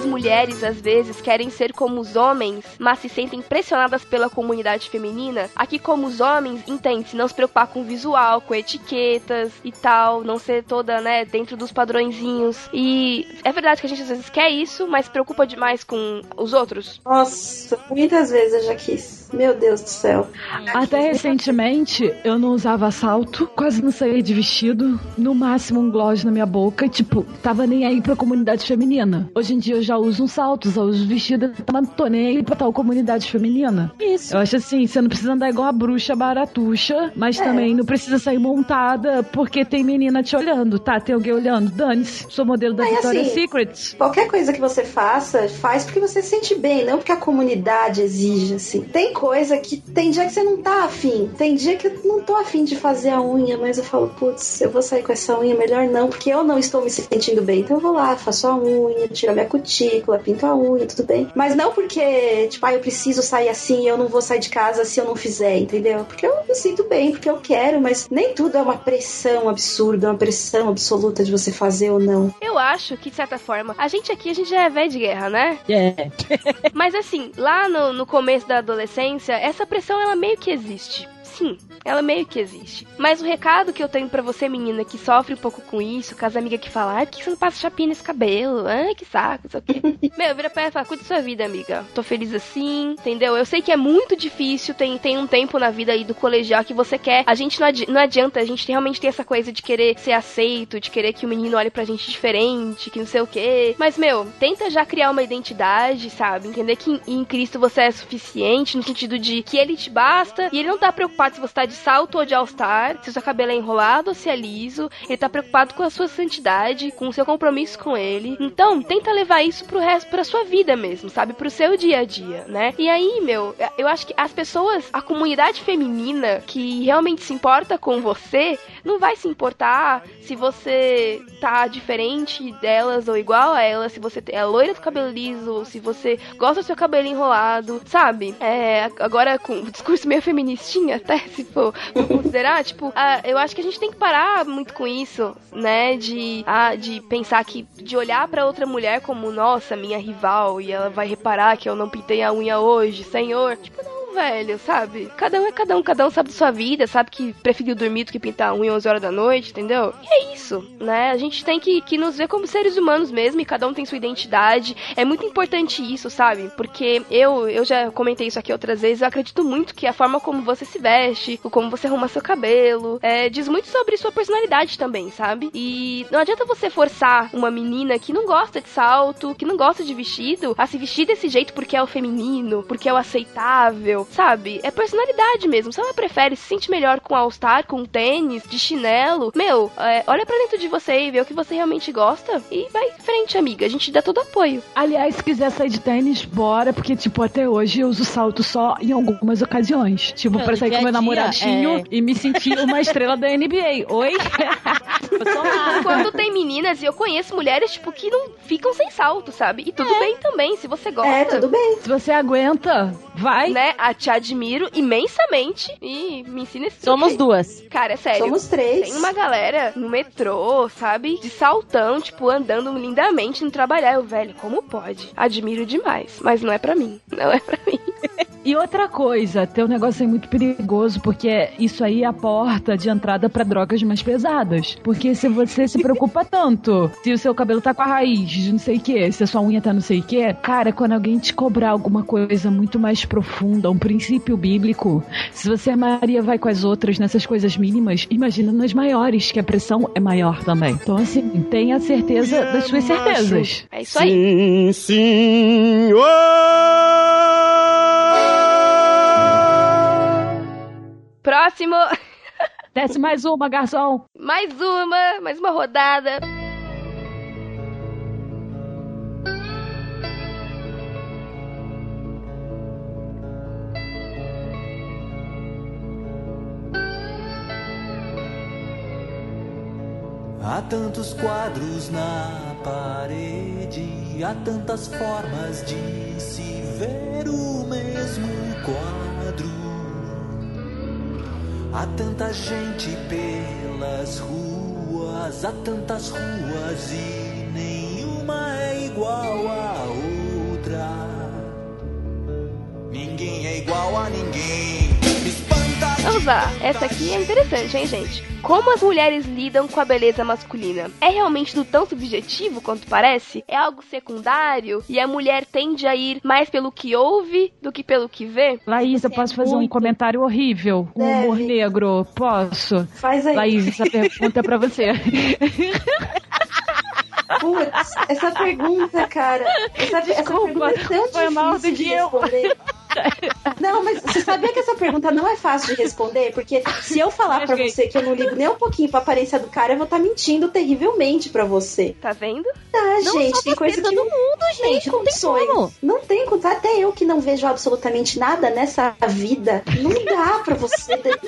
as mulheres, às vezes, querem ser como os homens, mas se sentem pressionadas pela comunidade feminina, aqui como os homens, entende-se, não se preocupar com visual, com etiquetas e tal, não ser toda, né, dentro dos padrõezinhos. E é verdade que a gente às vezes quer isso, mas se preocupa demais com os outros. Nossa, muitas vezes eu já quis. Meu Deus do céu. Até recentemente, eu não usava salto, quase não saía de vestido, no máximo um gloss na minha boca, e, tipo, tava nem aí pra comunidade feminina. Hoje em dia eu já uso um salto, já uso vestido, mas tô nem aí pra tal comunidade feminina. Isso. Eu acho assim, você não precisa andar igual a bruxa baratuxa, mas é. também não precisa sair montada porque tem menina te olhando, tá? Tem alguém olhando, dane-se. Sou modelo da Aí, Victoria's assim, Secret. Qualquer coisa que você faça, faz porque você se sente bem, não porque a comunidade exige, assim. Tem coisa que, tem dia que você não tá afim, tem dia que eu não tô afim de fazer a unha, mas eu falo, putz, eu vou sair com essa unha, melhor não, porque eu não estou me sentindo bem, então eu vou lá, faço a unha, tiro a minha cutícula, pinto a unha, tudo bem. Mas não porque, tipo, ah, eu preciso sair assim, eu não vou sair de casa se eu não fizer, entendeu? Porque eu me sinto bem, porque eu quero, mas nem tudo é uma pressão absurda, uma pressão absoluta de você fazer ou não. Eu acho que, de certa forma, a gente aqui, a gente já é velho de guerra, né? É. Yeah. Mas assim, lá no, no começo da adolescência, essa pressão, ela meio que existe. Sim, ela meio que existe. Mas o recado que eu tenho pra você, menina, que sofre um pouco com isso, com as amigas que falam, ai, por que você não passa chapinha nesse cabelo? Ai, que saco, não sei o quê. Meu, vira pra ela e fala, cuide da sua vida, amiga. Tô feliz assim, entendeu? Eu sei que é muito difícil, tem, tem um tempo na vida aí do colegial que você quer. A gente não, adi- não adianta, a gente realmente tem essa coisa de querer ser aceito, de querer que o menino olhe pra gente diferente, que não sei o quê. Mas, meu, tenta já criar uma identidade, sabe? Entender que em, em Cristo você é suficiente, no sentido de que ele te basta e ele não tá preocupado se você tá de salto ou de all-star, se o seu cabelo é enrolado ou se é liso. Ele tá preocupado com a sua santidade, com o seu compromisso com ele. Então, tenta levar isso pro resto, pra sua vida mesmo, sabe? Pro seu dia a dia, né? E aí, meu, eu acho que as pessoas, a comunidade feminina que realmente se importa com você, não vai se importar se você tá diferente delas ou igual a elas, se você é loira do cabelo liso, ou se você gosta do seu cabelo enrolado, sabe? É, agora com o discurso meio feministinha, até se for, for considerar, tipo, ah, eu acho que a gente tem que parar muito com isso, né? De, ah, de pensar que, de olhar pra outra mulher como, nossa, minha rival, e ela vai reparar que eu não pintei a unha hoje, senhor. Tipo, não. Velho, sabe? Cada um é cada um, cada um sabe da sua vida, sabe que preferiu dormir do que pintar a unha onze horas da noite, entendeu? E é isso, né? A gente tem que, que nos ver como seres humanos mesmo, e cada um tem sua identidade. É muito importante isso, sabe? Porque eu, eu já comentei isso aqui outras vezes, eu acredito muito que a forma como você se veste, ou como você arruma seu cabelo, é, diz muito sobre sua personalidade também, sabe? E não adianta você forçar uma menina que não gosta de salto, que não gosta de vestido, a se vestir desse jeito porque é o feminino, porque é o aceitável, sabe? É personalidade mesmo. Se ela prefere se sentir melhor com all-star, com tênis, de chinelo, meu, é, olha pra dentro de você e vê o que você realmente gosta e vai em frente, amiga. A gente dá todo apoio. Aliás, se quiser sair de tênis, bora, porque, tipo, até hoje eu uso salto só em algumas ocasiões. Tipo, não, pra sair com meu namoradinho é... e me sentir uma estrela da N B A. Oi? Enquanto tem meninas, e eu conheço mulheres, tipo, que não ficam sem salto, sabe? E tudo é. bem também, se você gosta. É, tudo bem. Se você aguenta, vai. Né? A te admiro imensamente e me ensina esse Somos truque. duas. Cara, é sério. Somos três. Tem uma galera no metrô, sabe? De saltão, tipo, andando lindamente no trabalhar. Eu, velho, como pode? Admiro demais. Mas não é pra mim. Não é pra mim. E outra coisa, tem um negócio aí muito perigoso, porque isso aí é a porta de entrada pra drogas mais pesadas. Porque se você se preocupa tanto, se o seu cabelo tá com a raiz de não sei o que, se a sua unha tá não sei o que, cara, quando alguém te cobrar alguma coisa muito mais profunda, um princípio bíblico, se você, Maria, vai com as outras nessas coisas mínimas, imagina nas maiores, que a pressão é maior também. Então, assim, tenha certeza das suas certezas. É isso aí. Sim, senhor! Próximo. Desce mais uma, garçom. Mais uma, mais uma rodada. Há tantos quadros na parede, há tantas formas de se ver o mesmo quadro. Há tanta gente pelas ruas, há tantas ruas e nenhuma é igual a outra. Ninguém é igual a ninguém. Espanta. Vamos lá, essa aqui é interessante, hein, gente? Como as mulheres lidam com a beleza masculina? É realmente do tão subjetivo quanto parece? É algo secundário? E a mulher tende a ir mais pelo que ouve do que pelo que vê? Laís, eu posso fazer um comentário horrível? Um Deve. humor negro? Posso? Faz aí. Laís, essa pergunta é pra você. Putz, essa pergunta, cara. Essa, Desculpa, essa pergunta é tão foi mal difícil do de que eu. responder. Não, mas você sabia que essa pergunta não é fácil de responder? Porque se eu falar pra você que eu não ligo nem um pouquinho pra aparência do cara, eu vou estar mentindo terrivelmente pra você. Tá vendo? Tá, Não gente, só tem você, coisa que todo não, mundo, gente, não tem condições. como. Não tem condições. Até eu que não vejo absolutamente nada nessa vida, não dá pra você.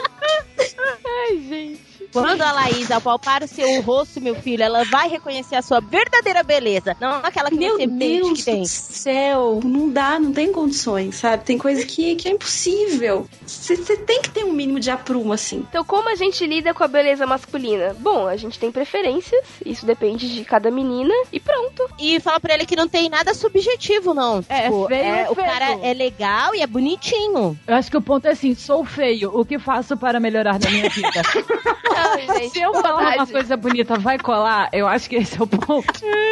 Ai, gente. Quando a Laís apalpar o seu rosto, meu filho, ela vai reconhecer a sua verdadeira beleza. Não aquela que Meu você mente Deus que tem. do céu, não dá, não tem condições, sabe? Tem coisa que, que é impossível. Você tem que ter um mínimo de aprumo, assim. Então, como a gente lida com a beleza masculina? Bom, a gente tem preferências, isso depende de cada menina, e pronto. E fala pra ele que não tem nada subjetivo, não. É, Tipo, feio é, é o feio. cara é legal e é bonitinho. Eu acho que o ponto é assim, sou feio, o que faço para melhorar na minha vida? Ai, gente, Se eu falar verdade. uma coisa bonita, vai colar? Eu acho que esse é o ponto.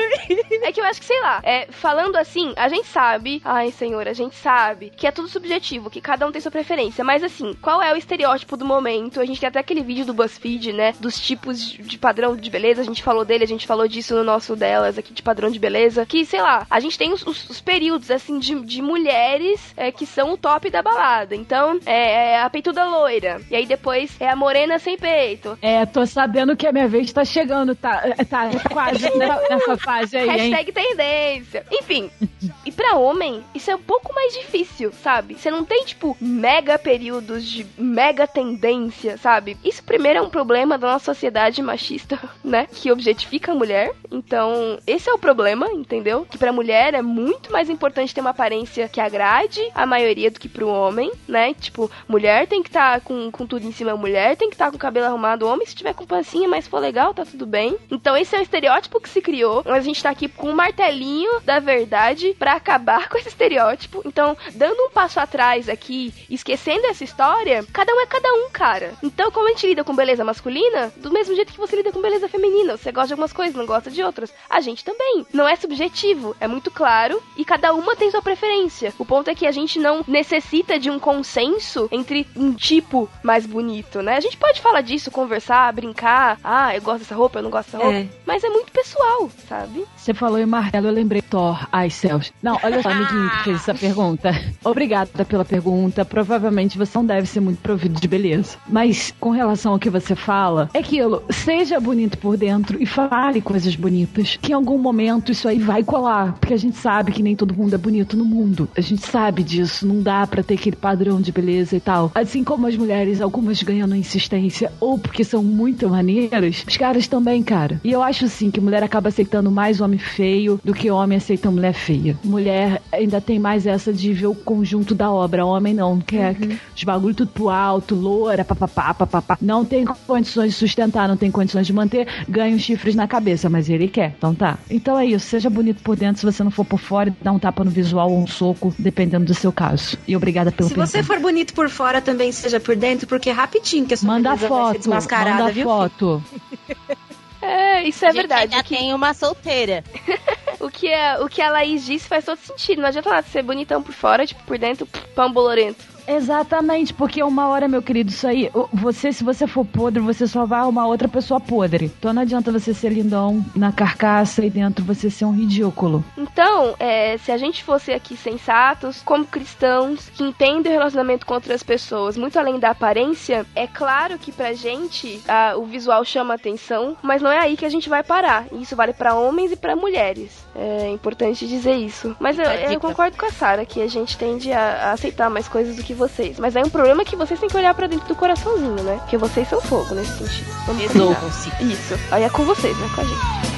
É que eu acho que, sei lá, é, falando assim, a gente sabe, ai, senhor, a gente sabe que é tudo subjetivo, que cada um tem sua preferência, mas assim, qual é o estereótipo do momento? A gente tem até aquele vídeo do BuzzFeed, né, dos tipos de, de padrão de beleza, a gente falou dele, a gente falou disso no nosso delas aqui, de padrão de beleza, que, sei lá, a gente tem os, os, os períodos, assim, de, de mulheres é, que são o top da balada. Então, é, é a peituda loira, e aí depois é a morena sem peito. É, tô sabendo que a minha vez tá chegando, tá, tá quase nessa, nessa fase aí, hein? Hashtag tendência. Enfim, e pra homem, isso é um pouco mais difícil, sabe? Você não tem, tipo, mega períodos de mega tendência, sabe? Isso primeiro é um problema da nossa sociedade machista, né? Que objetifica a mulher. Então, esse é o problema, entendeu? Que pra mulher é muito mais importante ter uma aparência que agrade a maioria do que pro homem, né? Tipo, mulher tem que estar tá com, com tudo em cima, mulher tem que estar tá com o cabelo arrumado, homem se tiver com pancinha, mas for legal, tá tudo bem. Então esse é o estereótipo que se criou, mas a gente tá aqui com um martelinho da verdade pra acabar com esse estereótipo. Então, dando um passo atrás aqui, esquecendo essa história, cada um é cada um, cara. Então, como a gente lida com beleza masculina, do mesmo jeito que você lida com beleza feminina, você gosta de algumas coisas, não gosta de outras. A gente também. Não é subjetivo, é muito claro, e cada uma tem sua preferência. O ponto é que a gente não necessita de um consenso entre um tipo mais bonito, né? A gente pode falar disso, conversar, brincar, ah, eu gosto dessa roupa, eu não gosto dessa roupa, É. mas é muito pessoal, sabe? Você falou em martelo, eu lembrei Thor. Ai, céus. Não, olha só, amiguinho que fez essa pergunta. Obrigada pela pergunta. Provavelmente você não deve ser muito provido de beleza. Mas, com relação ao que você fala, é aquilo, seja bonito por dentro e fale coisas bonitas. Que em algum momento isso aí vai colar. Porque a gente sabe que nem todo mundo é bonito no mundo. A gente sabe disso. Não dá pra ter aquele padrão de beleza e tal. Assim como as mulheres, algumas ganham na insistência ou porque são muito maneiras, os caras também, cara. E eu acho, sim, que mulher acaba aceitando mais homem feio do que homem aceita mulher feia. Mulher ainda tem mais essa de ver o conjunto da obra. Homem não, quer uhum. os bagulho tudo pro alto, loura, papapá, papapá. Não tem condições de sustentar, não tem condições de manter, ganha os chifres na cabeça, mas ele quer. Então tá. Então é isso, seja bonito por dentro, se você não for por fora, dá um tapa no visual ou um soco, dependendo do seu caso. E obrigada pelo Se pergunta. você for bonito por fora, também seja por dentro, porque é rapidinho que a sua manda beleza vai ser foto, desmascarada, manda viu? foto. É, isso é a gente verdade. ainda que... tem uma solteira. o, que a, o que a Laís disse faz todo sentido. Não adianta nada ser bonitão por fora, tipo, por dentro, pão bolorento. Exatamente, porque uma hora, meu querido, isso aí, você, se você for podre, você só vai arrumar outra pessoa podre. Então não adianta você ser lindão na carcaça e dentro você ser um ridículo. Então, é, se a gente fosse aqui sensatos, como cristãos, que entendem o relacionamento com outras pessoas, muito além da aparência, é claro que pra gente a, o visual chama atenção, mas não é aí que a gente vai parar. Isso vale pra homens e pra mulheres. É importante dizer isso. Mas eu, eu concordo com a Sarah, que a gente tende a, a aceitar mais coisas do que vocês. Mas aí um problema é que vocês têm que olhar pra dentro do coraçãozinho, né? Porque vocês são fogo nesse sentido. Resolvam-se. Isso. Aí é com vocês, não é com a gente.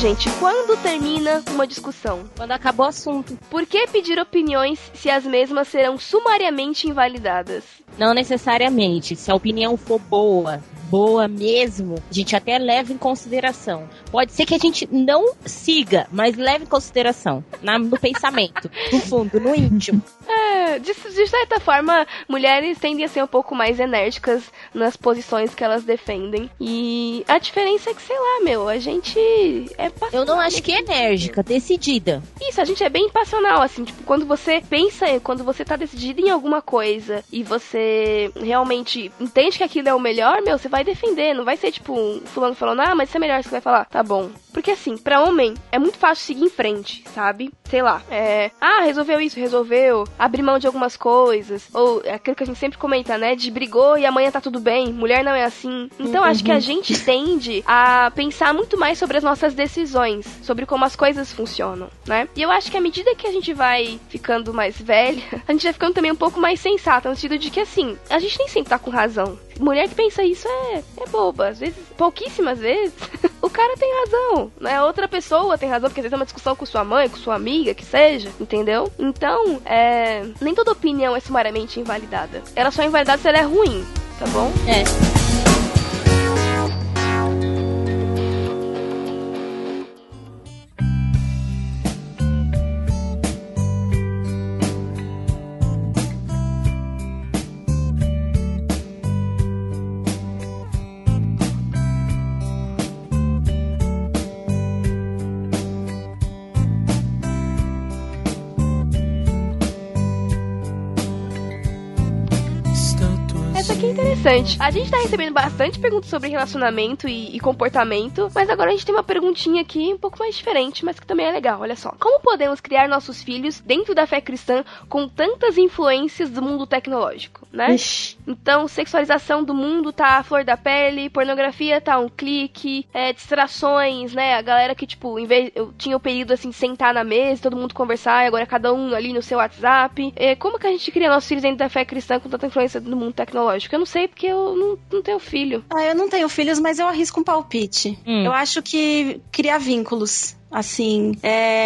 gente, quando termina uma discussão? Quando acabou o assunto. Por que pedir opiniões se as mesmas serão sumariamente invalidadas? Não necessariamente. Se a opinião for boa, boa mesmo, a gente até leva em consideração. Pode ser que a gente não siga, mas leve em consideração. Na, no pensamento, no fundo, no íntimo. É, de, de certa forma, mulheres tendem a ser um pouco mais enérgicas nas posições que elas defendem. E a diferença é que, sei lá, meu, a gente é passional. Eu não acho que é enérgica, decidida. Isso, a gente é bem passional, assim, tipo, quando você pensa, quando você tá decidida em alguma coisa e você realmente entende que aquilo é o melhor, meu, você vai defender, não vai ser tipo, um fulano falando, ah, mas isso é melhor, você vai falar, tá bom. Porque assim, pra homem, é muito fácil seguir em frente, sabe? Sei lá, é, ah, resolveu isso, resolveu, abrir mão de algumas coisas, ou aquilo que a gente sempre comenta, né, de brigou e amanhã tá tudo bem, mulher não é assim. Então uhum. acho que a gente tende a pensar muito mais sobre as nossas decisões, sobre como as coisas funcionam, né? E eu acho que à medida que a gente vai ficando mais velha, a gente vai ficando também um pouco mais sensata, no sentido de que assim, a gente nem sempre tá com razão. Mulher que pensa isso é, é boba, às vezes, pouquíssimas vezes, o cara tem razão, né? Outra pessoa tem razão, porque às vezes é uma discussão com sua mãe, com sua amiga, que seja, entendeu? Então, é, nem toda opinião é sumariamente invalidada. Ela só é invalidada se ela é ruim, tá bom? É. Interessante. A gente tá recebendo bastante perguntas sobre relacionamento e, e comportamento, mas agora a gente tem uma perguntinha aqui um pouco mais diferente, mas que também é legal, olha só. Como podemos criar nossos filhos dentro da fé cristã com tantas influências do mundo tecnológico, né? Ixi. Então, sexualização do mundo tá à flor da pele, pornografia tá um clique, é, distrações, né? A galera que, tipo, em vez, eu tinha o período, assim, sentar na mesa, todo mundo conversar, e agora cada um ali no seu WhatsApp. É, como que a gente cria nossos filhos dentro da fé cristã com tanta influência do mundo tecnológico? Eu não sei, porque eu não, não tenho filho. Ah, eu não tenho filhos, mas eu arrisco um palpite. Hum. Eu acho que criar vínculos. Assim,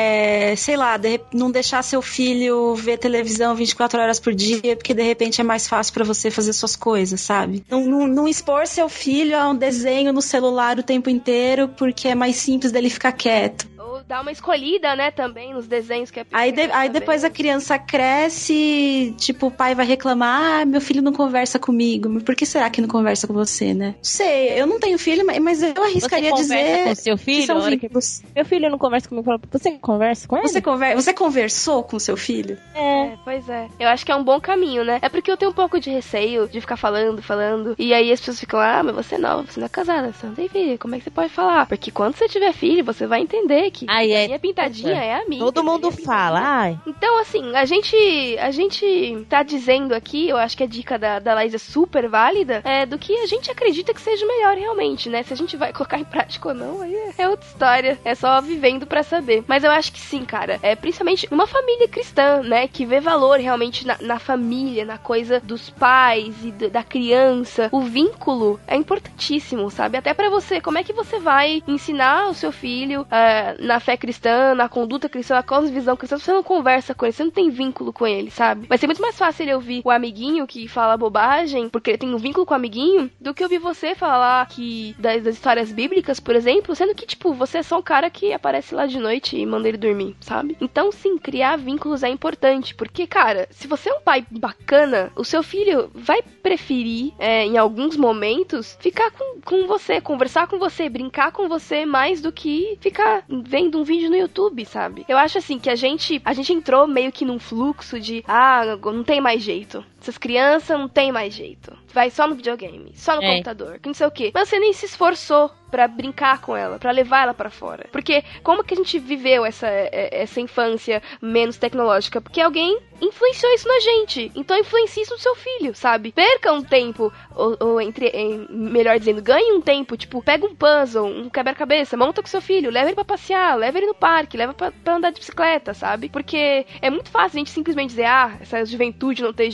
é, sei lá, de, não deixar seu filho ver televisão vinte e quatro horas por dia, porque de repente é mais fácil pra você fazer suas coisas, sabe? Não, não, não expor seu filho a um desenho no celular o tempo inteiro, porque é mais simples dele ficar quieto. Ou dar uma escolhida, né, também nos desenhos que é Aí, de, aí depois a criança cresce, tipo, o pai vai reclamar, ah, meu filho não conversa comigo. Mas por que será que não conversa com você, né? Não sei, eu não tenho filho, mas eu arriscaria você dizer com seu filho, que são que... Meu filho não conversa comigo, você conversa com ele? Você, conver... você conversou com seu filho? É. é, pois é. Eu acho que é um bom caminho, né? É porque eu tenho um pouco de receio de ficar falando, falando, e aí as pessoas ficam, ah, mas você é nova, você não é casada, você não tem filho, como é que você pode falar? Porque quando você tiver filho, você vai entender que ai, a é... minha pintadinha é, é a minha. Todo mundo fala, ai. Então, assim, a gente a gente tá dizendo aqui, eu acho que a dica da, da Laís é super válida, é do que a gente acredita que seja melhor realmente, né? Se a gente vai colocar em prática ou não, aí é outra história. É só vivendo pra saber. Mas eu acho que sim, cara. É principalmente uma família cristã, né? Que vê valor realmente na, na família, na coisa dos pais e do, da criança. O vínculo é importantíssimo, sabe? Até pra você, como é que você vai ensinar o seu filho uh, na fé cristã, na conduta cristã, na cosmovisão cristã, se você não conversa com ele, você não tem vínculo com ele, sabe? Vai ser muito mais fácil ele ouvir o amiguinho que fala bobagem, porque ele tem um vínculo com o amiguinho, do que ouvir você falar que das, das histórias bíblicas, por exemplo, sendo que, tipo, você é só um cara que aparece lá de noite e manda ele dormir, sabe? Então, sim, criar vínculos é importante, porque, cara, se você é um pai bacana, o seu filho vai preferir, é, em alguns momentos, ficar com, com você, conversar com você, brincar com você, mais do que ficar vendo um vídeo no YouTube, sabe? Eu acho, assim, que a gente, a gente entrou meio que num fluxo de, ah, não tem mais jeito. Essas crianças não tem mais jeito. Vai só no videogame, só no é. computador, que não sei o quê. Mas você nem se esforçou pra brincar com ela, pra levar ela pra fora. Porque como que a gente viveu essa, essa infância menos tecnológica? Porque alguém influenciou isso na gente. Então influencie isso no seu filho, sabe? Perca um tempo, ou, ou entre, em, melhor dizendo, ganhe um tempo. Tipo, pega um puzzle, um quebra-cabeça, monta com seu filho, leva ele pra passear, leva ele no parque, leva pra, pra andar de bicicleta, sabe? Porque é muito fácil a gente simplesmente dizer, ah, essa juventude não tem jeito, se a gente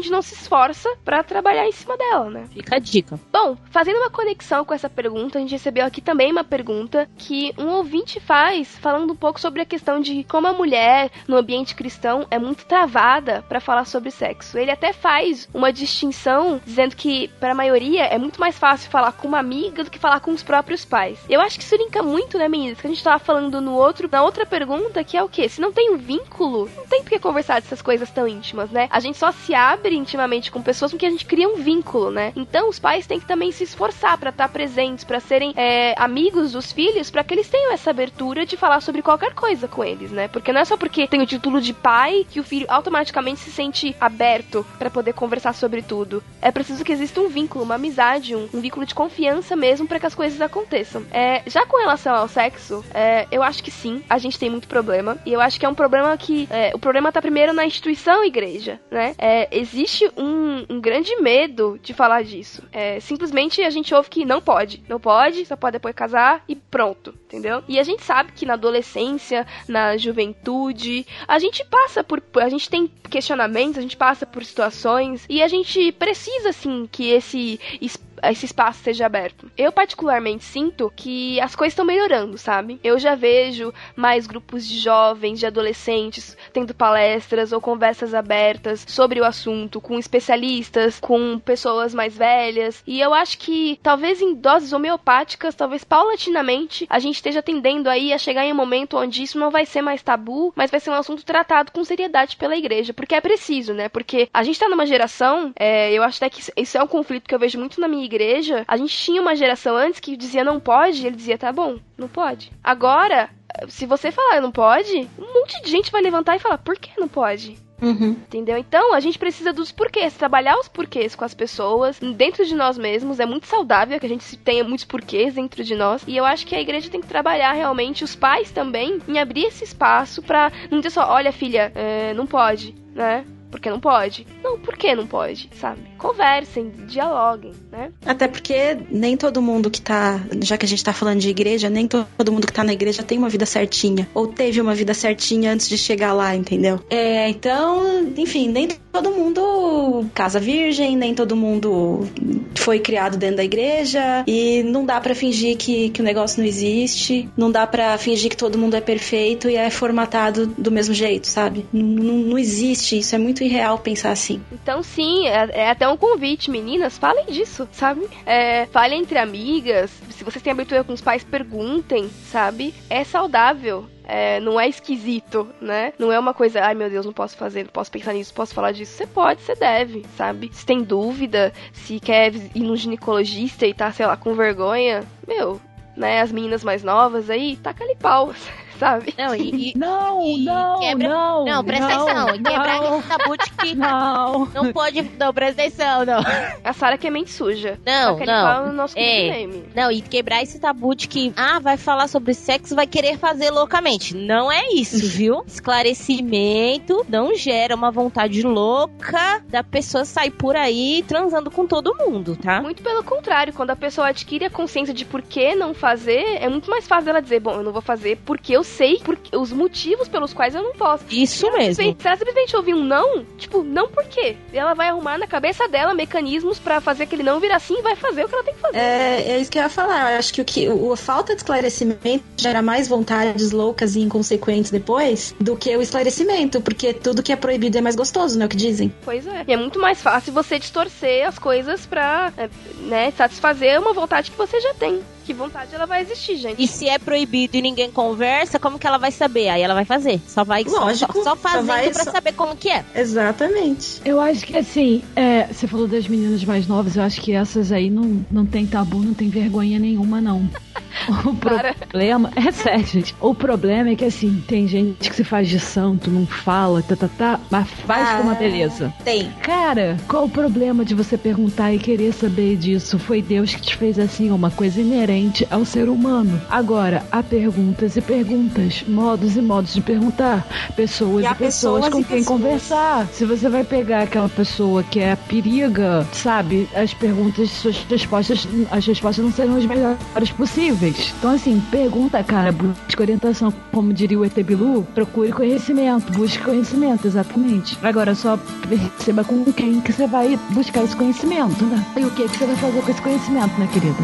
gente não se esforça pra trabalhar em cima dela, né? Fica a dica. Bom, fazendo uma conexão com essa pergunta, a gente recebeu aqui também uma pergunta que um ouvinte faz, falando um pouco sobre a questão de como a mulher, no ambiente cristão, é muito travada pra falar sobre sexo. Ele até faz uma distinção, dizendo que, para a maioria, é muito mais fácil falar com uma amiga do que falar com os próprios pais. Eu acho que isso linka muito, né, meninas? Que a gente tava falando no outro, na outra pergunta, que é o quê? Se não tem um vínculo, não tem por que conversar dessas coisas tão íntimas, né? A gente só se abre intimamente com pessoas porque a gente cria um vínculo, né? Então, os pais têm que também se esforçar pra estar presentes, pra serem é, amigos dos filhos, pra que eles tenham essa abertura de falar sobre qualquer coisa com eles, né? Porque não é só porque tem o título de pai que o filho automaticamente se sente aberto pra poder conversar sobre tudo. É preciso que exista um vínculo, uma amizade, um, um vínculo de confiança mesmo pra que as coisas aconteçam. É, já com relação ao sexo, é, eu acho que sim, a gente tem muito problema. E eu acho que é um problema que... É, o problema tá primeiro na instituição igreja, né? É, existe um, um grande medo de falar disso. É, simplesmente a gente ouve que não pode. Não pode, só pode depois casar e pronto, entendeu? E a gente sabe que na adolescência, na juventude, a gente passa por... A gente tem questionamentos, a gente passa por situações e a gente precisa, assim, que esse... esse espaço seja aberto. Eu particularmente sinto que as coisas estão melhorando, sabe? Eu já vejo mais grupos de jovens, de adolescentes, tendo palestras ou conversas abertas sobre o assunto, com especialistas, com pessoas mais velhas, e eu acho que talvez em doses homeopáticas, talvez paulatinamente, a gente esteja tendendo aí a chegar em um momento onde isso não vai ser mais tabu, mas vai ser um assunto tratado com seriedade pela igreja, porque é preciso, né? Porque a gente tá numa geração, é, eu acho até que isso é um conflito que eu vejo muito na minha igreja. A gente tinha uma geração antes que dizia não pode, e ele dizia tá bom, não pode. Agora, se você falar não pode, um monte de gente vai levantar e falar por que não pode? Uhum. Entendeu? Então a gente precisa dos porquês, trabalhar os porquês com as pessoas, dentro de nós mesmos. É muito saudável que a gente tenha muitos porquês dentro de nós, e eu acho que a igreja tem que trabalhar realmente, os pais também, em abrir esse espaço pra não dizer só, olha filha, é, não pode, né? Porque não pode. Não, por que não pode, sabe? Conversem, dialoguem, né? Até porque nem todo mundo que tá... Já que a gente tá falando de igreja, nem todo mundo que tá na igreja tem uma vida certinha. Ou teve uma vida certinha antes de chegar lá, entendeu? É, então, enfim, nem todo mundo casa virgem, nem todo mundo foi criado dentro da igreja. E não dá pra fingir que, que o negócio não existe. Não dá pra fingir que todo mundo é perfeito e é formatado do mesmo jeito, sabe? Não, não, não existe isso, é muito irreal pensar assim. Então sim, é, é até um convite, meninas, falem disso, sabe? É, falem entre amigas, se vocês têm abertura com os pais, perguntem, sabe? É saudável. É, não é esquisito, né? Não é uma coisa, ai meu Deus, não posso fazer, não posso pensar nisso, não posso falar disso. Você pode, você deve, sabe? Se tem dúvida, se quer ir num ginecologista e tá, sei lá, com vergonha, meu, né? As meninas mais novas aí, taca-lhe pau. Sabe? Não, e, e, não, e não, quebra, não. Não, presta não, atenção. Não, quebrar esse tabu de que não. não pode. Não, presta atenção, não. A Sara que é mente suja. Não, não. No nosso é, não, e quebrar esse tabu de que, ah, vai falar sobre sexo, vai querer fazer loucamente. Não é isso, viu? Esclarecimento não gera uma vontade louca da pessoa sair por aí transando com todo mundo, tá? Muito pelo contrário, quando a pessoa adquire a consciência de por que não fazer, é muito mais fácil ela dizer, bom, eu não vou fazer porque eu sei porque, os motivos pelos quais eu não posso. Isso ela, mesmo. Se ela simplesmente ouvir um não, tipo, não por quê? Ela vai arrumar na cabeça dela mecanismos pra fazer aquele não vir assim e vai fazer o que ela tem que fazer. É, é isso que eu ia falar. Eu acho que, o que o, a falta de esclarecimento gera mais vontades loucas e inconsequentes depois do que o esclarecimento, porque tudo que é proibido é mais gostoso, não é o que dizem? Pois é. E é muito mais fácil você distorcer as coisas pra, né, satisfazer uma vontade que você já tem. Que vontade ela vai existir, gente. E se é proibido e ninguém conversa, como que ela vai saber? Aí ela vai fazer. Só vai Lógico, só, só fazendo só vai, pra só... saber como que é. Exatamente. Eu acho que assim, é, você falou das meninas mais novas, eu acho que essas aí não, não tem tabu, não tem vergonha nenhuma, não. O problema, é sério, gente. O problema é que assim, tem gente que se faz de santo, não fala, tá, tá, tá, mas faz ah, com uma beleza. Tem. Cara, qual o problema de você perguntar e querer saber disso? Foi Deus que te fez assim, uma coisa inerente ao ser humano. Agora, há perguntas e perguntas, modos e modos de perguntar, pessoas e, e pessoas, pessoas com quem pessoas. conversar. Se você vai pegar aquela pessoa que é periga, sabe, as perguntas, suas respostas, as respostas não serão as melhores possíveis. saudáveis. Então, assim, pergunta, cara, busca orientação. Como diria o E T Bilu, procure conhecimento, busque conhecimento, exatamente. Agora, só perceba com quem que você vai buscar esse conhecimento, né? E o que, que você vai fazer com esse conhecimento, né, querida?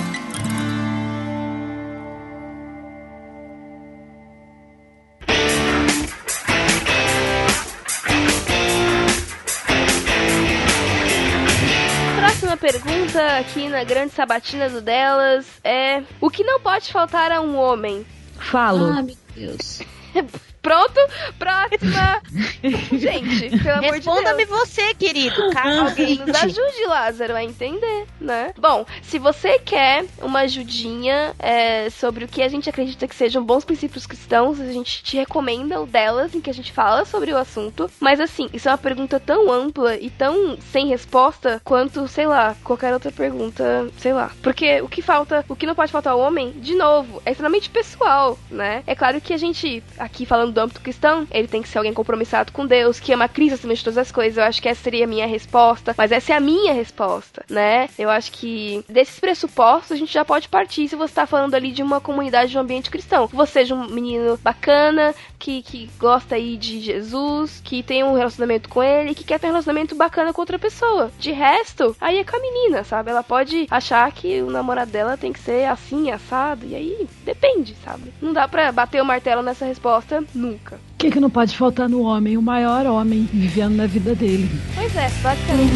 Pergunta aqui na grande sabatina do Delas é: o que não pode faltar a um homem? Falo. Ah, meu Deus. Pronto, próxima. Gente, pelo amor de Deus. Responda-me você, querido. Alguém nos ajude, Lázaro, a entender, né? Bom, se você quer uma ajudinha é, sobre o que a gente acredita que sejam bons princípios cristãos, a gente te recomenda o Delas, em que a gente fala sobre o assunto. Mas assim, isso é uma pergunta tão ampla e tão sem resposta quanto, sei lá, qualquer outra pergunta, sei lá. Porque o que falta, o que não pode faltar ao homem, de novo, é extremamente pessoal, né? É claro que a gente, aqui falando do âmbito cristão, ele tem que ser alguém compromissado com Deus, que ama Cristo acima de todas as coisas. Eu acho que essa seria a minha resposta, mas essa é a minha resposta, né? Eu acho que desses pressupostos a gente já pode partir se você tá falando ali de uma comunidade, de um ambiente cristão. Que você seja um menino bacana, que, que gosta aí de Jesus, que tem um relacionamento com ele, que quer ter um relacionamento bacana com outra pessoa. De resto, aí é com a menina, sabe? Ela pode achar que o namorado dela tem que ser assim, assado, e aí depende, sabe? Não dá pra bater o martelo nessa resposta nunca. O que, que não pode faltar no homem? O maior homem vivendo na vida dele. Pois é, basicamente.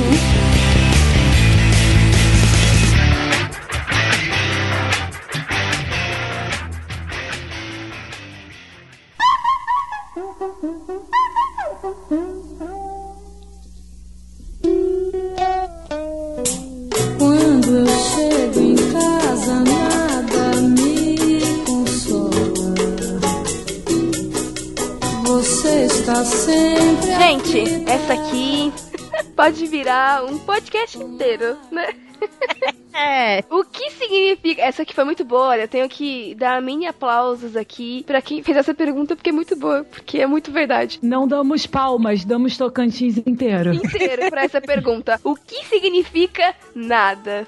Quando eu chego em casa, nada me consola. Você está sempre. Gente, essa aqui pode virar um podcast inteiro, né? É. O que significa... Essa aqui foi muito boa, olha, eu tenho que dar mini aplausos aqui pra quem fez essa pergunta, porque é muito boa, porque é muito verdade. Não damos palmas, damos Tocantins inteiro. Inteiro pra essa pergunta. O que significa nada?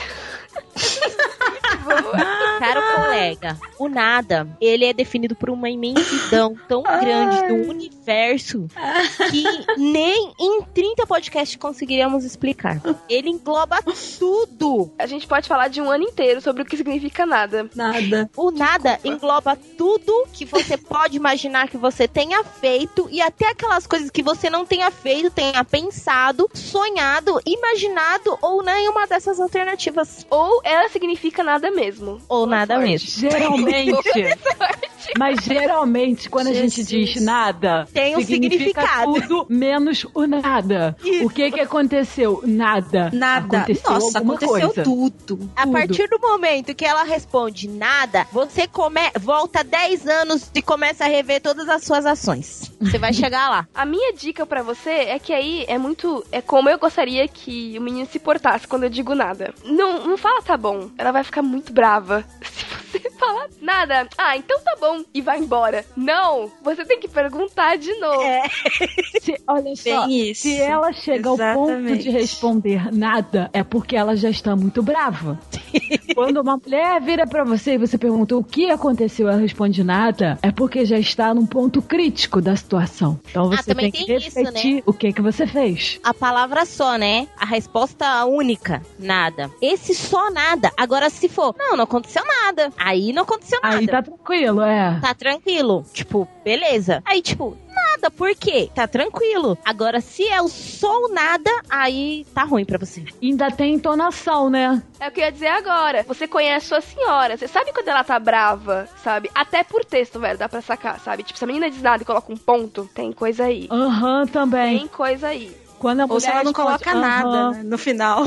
Caro colega, o nada, ele é definido por uma imensidão tão grande do universo que nem em trinta podcasts conseguiríamos explicar. Ele engloba tudo. A gente pode falar de um ano inteiro sobre o que significa nada. Nada. O nada engloba tudo que você pode imaginar que você tenha feito e até aquelas coisas que você não tenha feito, tenha pensado, sonhado, imaginado ou nenhuma dessas alternativas. Ou ela significa nada mesmo. Ou nada sorte. mesmo. Geralmente. Mas geralmente, quando Jesus. a gente diz nada, tem um significa significado. tudo menos o nada. Isso. O que que aconteceu? Nada. Nada. Aconteceu Nossa, alguma aconteceu coisa. tudo. A partir do momento que ela responde nada, você come... volta dez anos e começa a rever todas as suas ações. Você vai chegar lá. A minha dica pra você é que aí é muito... É como eu gostaria que o menino se portasse quando eu digo nada. Não, não fala tá bom. Ela vai ficar muito brava se você falar nada. Ah, então tá bom. E vai embora. Não. Você tem que perguntar de novo. É. Se, olha só, Bem isso. se ela chega ao ponto Exatamente. de responder nada, é porque ela já está muito brava. Quando uma mulher vira pra você e você pergunta o que aconteceu e ela responde nada, é porque já está num ponto crítico da situação. Então Ah, você também tem que tem isso, refletir né? o que que você fez. A palavra só, né? A resposta única, nada. Esse só nada. Agora, se for, não, não aconteceu nada. Aí não aconteceu nada. Aí tá tranquilo, é. Tá tranquilo. Tipo, beleza. Aí, tipo, nada, por quê? Tá tranquilo. Agora, se é o só ou nada, aí tá ruim pra você. Ainda tem entonação, né? É o que eu ia dizer agora. Você conhece sua senhora. Você sabe quando ela tá brava, sabe? Até por texto, velho, dá pra sacar, sabe? Tipo, se a menina diz nada e coloca um ponto, tem coisa aí. Aham, uhum, também. Tem coisa aí. Quando a Ou se mulher ela não responde, coloca nada, aham, né, no final.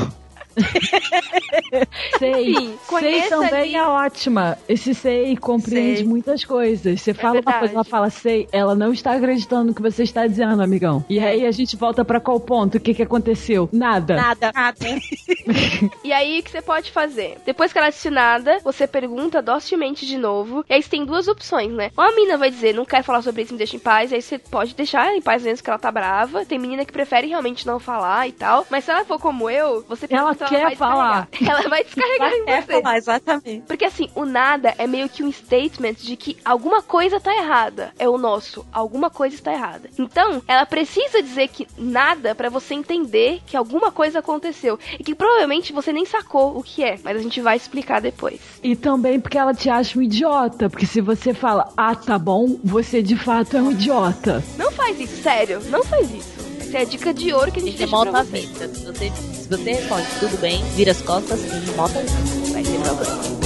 Sei. Sim, Sei conheça também ali. é ótima. Esse sei compreende Sei. muitas coisas. Você fala uma verdade. coisa, ela fala sei, ela não está acreditando no que você está dizendo, amigão. E aí a gente volta pra qual ponto? O que que aconteceu? Nada. Nada. Nada. E aí, o que você pode fazer? Depois que ela disse nada, você pergunta docilmente de novo. E aí você tem duas opções, né? Ou a menina vai dizer, não quero falar sobre isso, me deixa em paz. Aí você pode deixar ela em paz mesmo que ela tá brava. Tem menina que prefere realmente não falar e tal. Mas se ela for como eu, você Ela pergunta quer falar. Ela vai descarregar em quer você. falar, exatamente. Porque assim, o nada é meio que um statement de que alguma coisa tá errada. É o nosso. Alguma coisa está errada. Então, ela precisa dizer que nada pra você entender que alguma coisa aconteceu. E que provavelmente você nem sacou o que é. Mas a gente vai explicar depois. E também porque ela te acha um idiota. Porque se você fala, ah, tá bom, você de fato é um idiota. Não faz isso, sério. Não faz isso. Essa é a dica de ouro que a gente deixa pra você. Vida. Se você. Se você responde tudo bem, vira as costas e volta aí. Vai ter problema.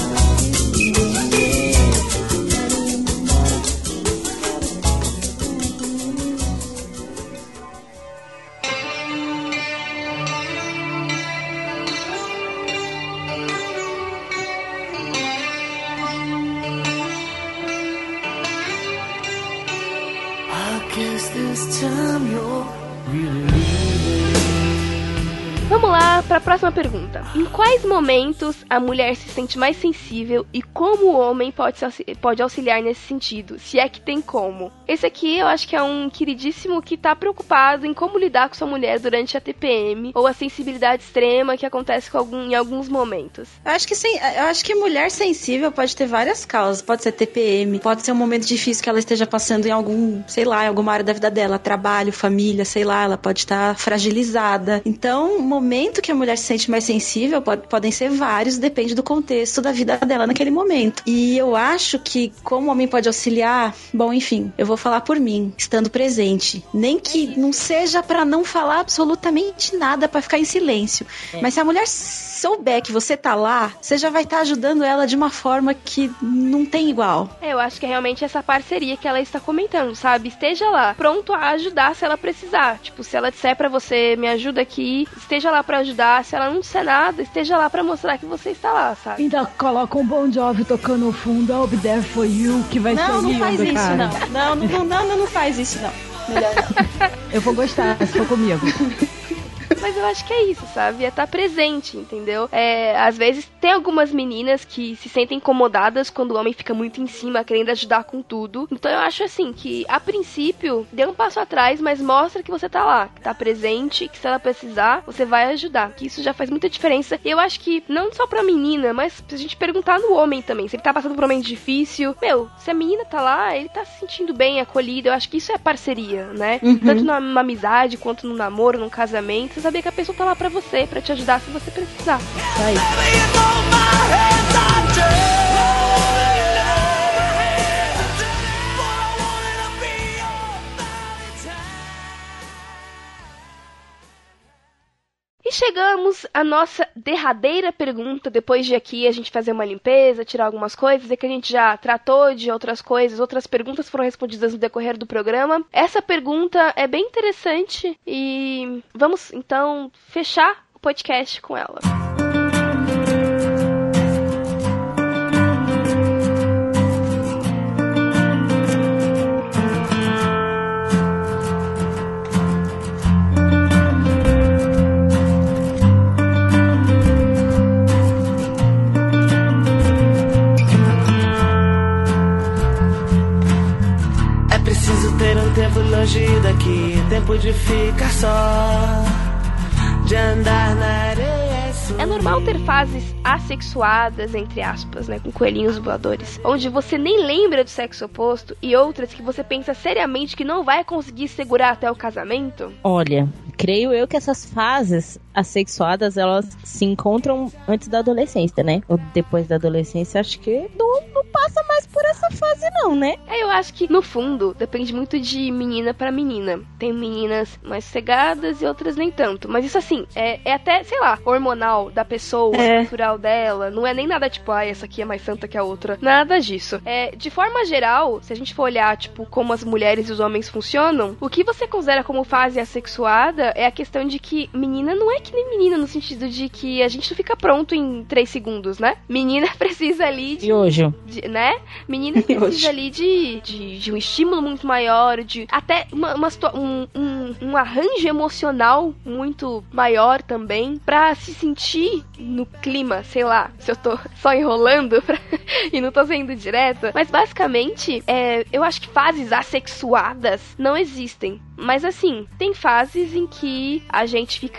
Vamos lá para a próxima pergunta. Em quais momentos a mulher se sente mais sensível e como o homem pode, pode auxiliar nesse sentido? Se é que tem como. Esse aqui eu acho que é um queridíssimo que tá preocupado em como lidar com sua mulher durante a T P M ou a sensibilidade extrema que acontece com algum, em alguns momentos. Eu acho que sim, eu acho que mulher sensível pode ter várias causas. Pode ser T P M, pode ser um momento difícil que ela esteja passando em algum, sei lá, em alguma área da vida dela, trabalho, família, sei lá, ela pode estar fragilizada. Então, o momento que a mulher se sente mais sensível pode, podem ser vários, depende do contexto da vida dela naquele momento. E eu acho que como o homem pode auxiliar, bom, enfim, eu vou falar por mim, estando presente. Nem que não seja pra não falar absolutamente nada, pra ficar em silêncio. É. Mas se a mulher souber que você tá lá, você já vai estar tá ajudando ela de uma forma que não tem igual. É, eu acho que é realmente essa parceria que ela está comentando, sabe? Esteja lá, pronto a ajudar se ela precisar. Tipo, se ela disser pra você, me ajuda aqui, esteja lá pra ajudar. Se ela não disser nada, esteja lá pra mostrar que você está lá, sabe? Ainda coloca um Bon Jovi tocando no fundo, I'll be there for you, que vai não, ser lindo, Não, faz isso, cara. não. Não, não, não, não, não faz isso, não. Melhor não. Eu vou gostar, se for comigo. Mas eu acho que é isso, sabe? É estar presente, entendeu? É, às vezes tem algumas meninas que se sentem incomodadas quando o homem fica muito em cima, querendo ajudar com tudo. Então eu acho assim, que a princípio, dê um passo atrás, mas mostra que você tá lá, que tá presente, que se ela precisar, você vai ajudar. Que isso já faz muita diferença. E eu acho que não só pra menina, mas se a gente perguntar no homem também, se ele tá passando por um momento difícil, meu, se a menina tá lá, ele tá se sentindo bem, acolhido, eu acho que isso é parceria, né? Uhum. Tanto numa amizade, quanto no namoro, num casamento, você saber que a pessoa tá lá pra você, pra te ajudar se você precisar. Aí. E chegamos à nossa derradeira pergunta, depois de aqui a gente fazer uma limpeza, tirar algumas coisas, e que a gente já tratou de outras coisas, outras perguntas foram respondidas no decorrer do programa. Essa pergunta é bem interessante e vamos então fechar o podcast com ela. Tempo longe daqui, tempo de ficar só, de andar na areia. É normal ter fases assexuadas, entre aspas, né, com coelhinhos voadores, onde você nem lembra do sexo oposto e outras que você pensa seriamente que não vai conseguir segurar até o casamento? Olha, creio eu que essas fases assexuadas, elas se encontram antes da adolescência, né? Ou depois da adolescência, acho que não, não passa mais por essa fase não, né? É, eu acho que, no fundo, depende muito de menina pra menina. Tem meninas mais cegadas e outras nem tanto. Mas isso, assim, é, é até, sei lá, hormonal da pessoa, é. Cultural dela. Não é nem nada tipo, ah, essa aqui é mais santa que a outra. Nada disso. É, de forma geral, se a gente for olhar, tipo, como as mulheres e os homens funcionam, o que você considera como fase assexuada é a questão de que menina não é que nem menina, no sentido de que a gente não fica pronto em três segundos, né? Menina precisa ali de... E hoje? De, né? Menina precisa ali de, de, de um estímulo muito maior, de até uma, uma, um, um, um arranjo emocional muito maior também, pra se sentir no clima, sei lá, se eu tô só enrolando pra... e não tô sendo direta, mas basicamente, é, eu acho que fases assexuadas não existem. Mas assim, tem fases em que a gente fica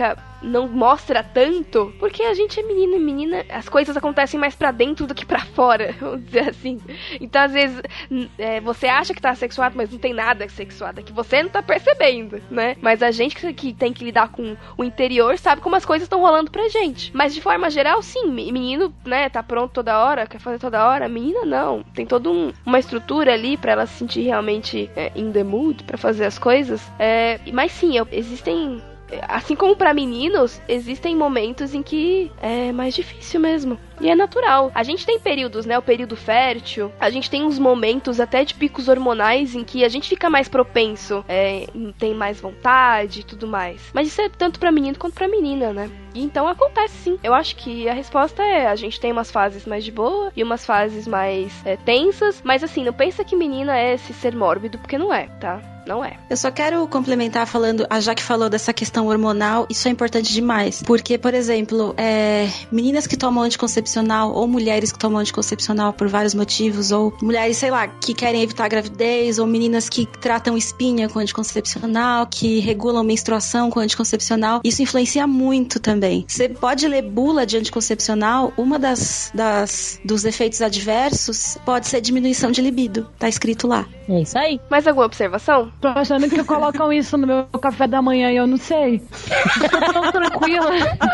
não mostra tanto, porque a gente é menino e menina, as coisas acontecem mais pra dentro do que pra fora, vamos dizer assim. Então, às vezes, é, você acha que tá sexuado, mas não tem nada sexuado, é que você não tá percebendo, né? Mas a gente que, que tem que lidar com o interior sabe como as coisas estão rolando pra gente. Mas, de forma geral, sim, menino, né, tá pronto toda hora, quer fazer toda hora. Menina, não. Tem toda um, uma estrutura ali pra ela se sentir realmente é, in the mood pra fazer as coisas. É, mas, sim, eu, existem... Assim como pra meninos, existem momentos em que é mais difícil mesmo. E é natural. A gente tem períodos, né? O período fértil. A gente tem uns momentos até de picos hormonais em que a gente fica mais propenso, é, tem mais vontade e tudo mais. Mas isso é tanto pra menino quanto pra menina, né? E então acontece sim. Eu acho que a resposta é: a gente tem umas fases mais de boa e umas fases mais é, tensas. Mas assim, não pensa que menina é esse ser mórbido, porque não é, tá? Não é. Eu só quero complementar falando, a Jaque falou dessa questão hormonal, isso é importante demais. Porque, por exemplo, é, meninas que tomam anticoncepcional ou mulheres que tomam anticoncepcional por vários motivos, ou mulheres, sei lá, que querem evitar a gravidez, ou meninas que tratam espinha com anticoncepcional, que regulam menstruação com anticoncepcional, isso influencia muito também. Você pode ler bula de anticoncepcional, uma das, das dos efeitos adversos pode ser diminuição de libido. Tá escrito lá. É isso aí. Mais alguma observação? Tô achando que colocam isso no meu café da manhã e eu não sei. Tô tão tranquila.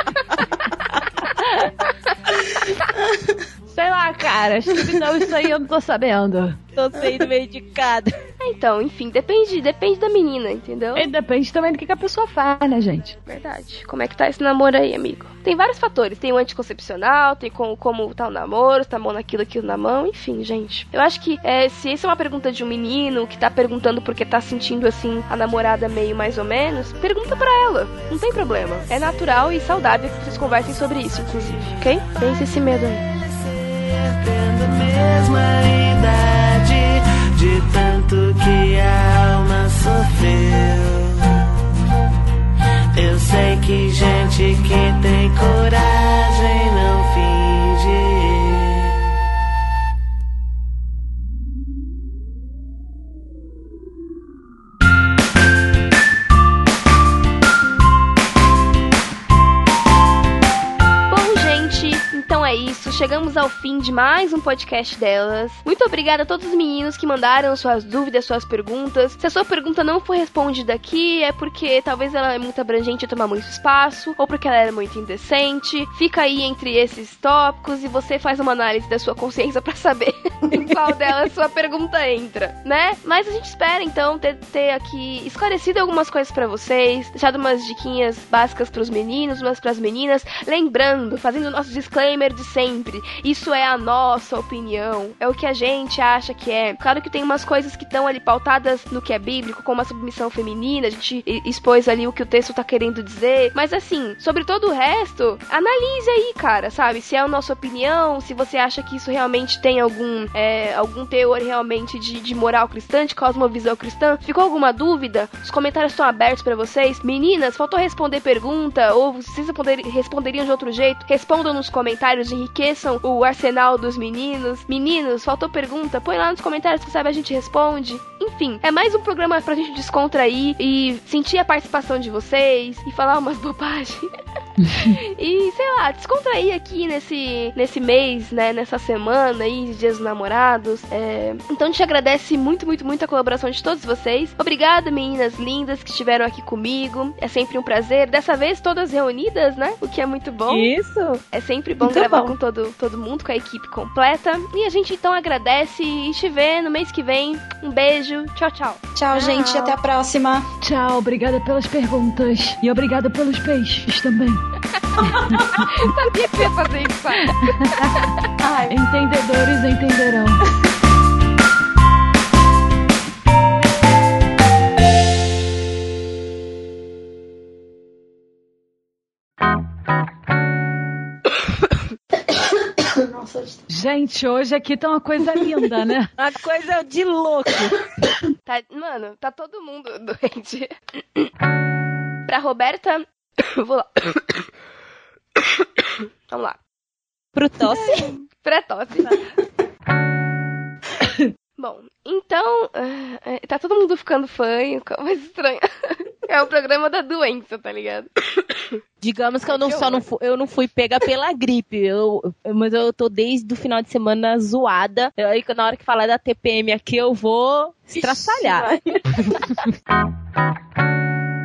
Sei lá, cara. Acho que não, isso aí eu não tô sabendo. Tô sendo medicada. Então, enfim, depende, depende da menina, entendeu? E depende também do que a pessoa faz, né, gente? Verdade. Como é que tá esse namoro aí, amigo? Tem vários fatores. Tem o anticoncepcional, tem como, como tá o namoro, se tá bom naquilo, aquilo na mão, enfim, gente. Eu acho que é, se essa é uma pergunta de um menino que tá perguntando porque tá sentindo, assim, a namorada meio mais ou menos, pergunta pra ela. Não tem problema. É natural e saudável que vocês conversem sobre isso, inclusive, ok? Pense esse medo aí. Tendo a mesma idade, de tanto que a alma sofreu. Eu sei que gente que tem coragem não finge. Então é isso, chegamos ao fim de mais um podcast delas. Muito obrigada a todos os meninos que mandaram suas dúvidas, suas perguntas. Se a sua pergunta não for respondida aqui, é porque talvez ela é muito abrangente e tomar muito espaço, ou porque ela era muito indecente. Fica aí entre esses tópicos e você faz uma análise da sua consciência pra saber em qual delas sua pergunta entra, né? Mas a gente espera, então, ter, ter aqui esclarecido algumas coisas pra vocês, deixado umas diquinhas básicas pros meninos, umas pras meninas. Lembrando, fazendo o nosso disclaimer de sempre, isso é a nossa opinião, é o que a gente acha que é. Claro que tem umas coisas que estão ali pautadas no que é bíblico, como a submissão feminina, a gente expôs ali o que o texto tá querendo dizer, mas assim, sobre todo o resto, analise aí, cara, sabe? Se é a nossa opinião, se você acha que isso realmente tem algum, é, algum teor realmente de, de moral cristã, de cosmovisão cristã. Ficou alguma dúvida? Os comentários estão abertos pra vocês. Meninas, faltou responder pergunta, ou vocês responderiam de outro jeito? Respondam nos comentários, enriqueçam o arsenal dos meninos. Meninos, faltou pergunta? Põe lá nos comentários que sabe a gente responde. Enfim, é mais um programa pra gente descontrair e sentir a participação de vocês e falar umas bobagens. E, sei lá, descontrair aqui nesse, nesse mês, né, nessa semana aí de Dias dos Namorados. É... Então a gente agradece muito, muito, muito a colaboração de todos vocês. Obrigada, meninas lindas que estiveram aqui comigo. É sempre um prazer. Dessa vez todas reunidas, né? O que é muito bom. Isso. É sempre bom muito gravar bom. com todo, todo mundo, com a equipe completa. E a gente então agradece e te vê no mês que vem. Um beijo. Tchau, tchau. Tchau, tchau. Gente. Até a próxima. Tchau. Obrigada pelas perguntas. E obrigada pelos peixes também. Sabia que você ia fazer isso, sabe? Ai. Entendedores entenderão. Nossa, gente, hoje aqui tá uma coisa linda, né? Uma coisa de louco. Tá, mano, tá todo mundo doente. Pra Roberta, vou lá. Vamos lá. Pro tosse? Pra tosse. Bom, então, uh, tá todo mundo ficando fanho, coisa estranha. É o programa da doença, tá ligado? Digamos que eu não, só não fui, eu não fui pega pela gripe, eu, mas eu tô desde o final de semana zoada. Aí na hora que falar da T P M aqui, eu vou estraçalhar.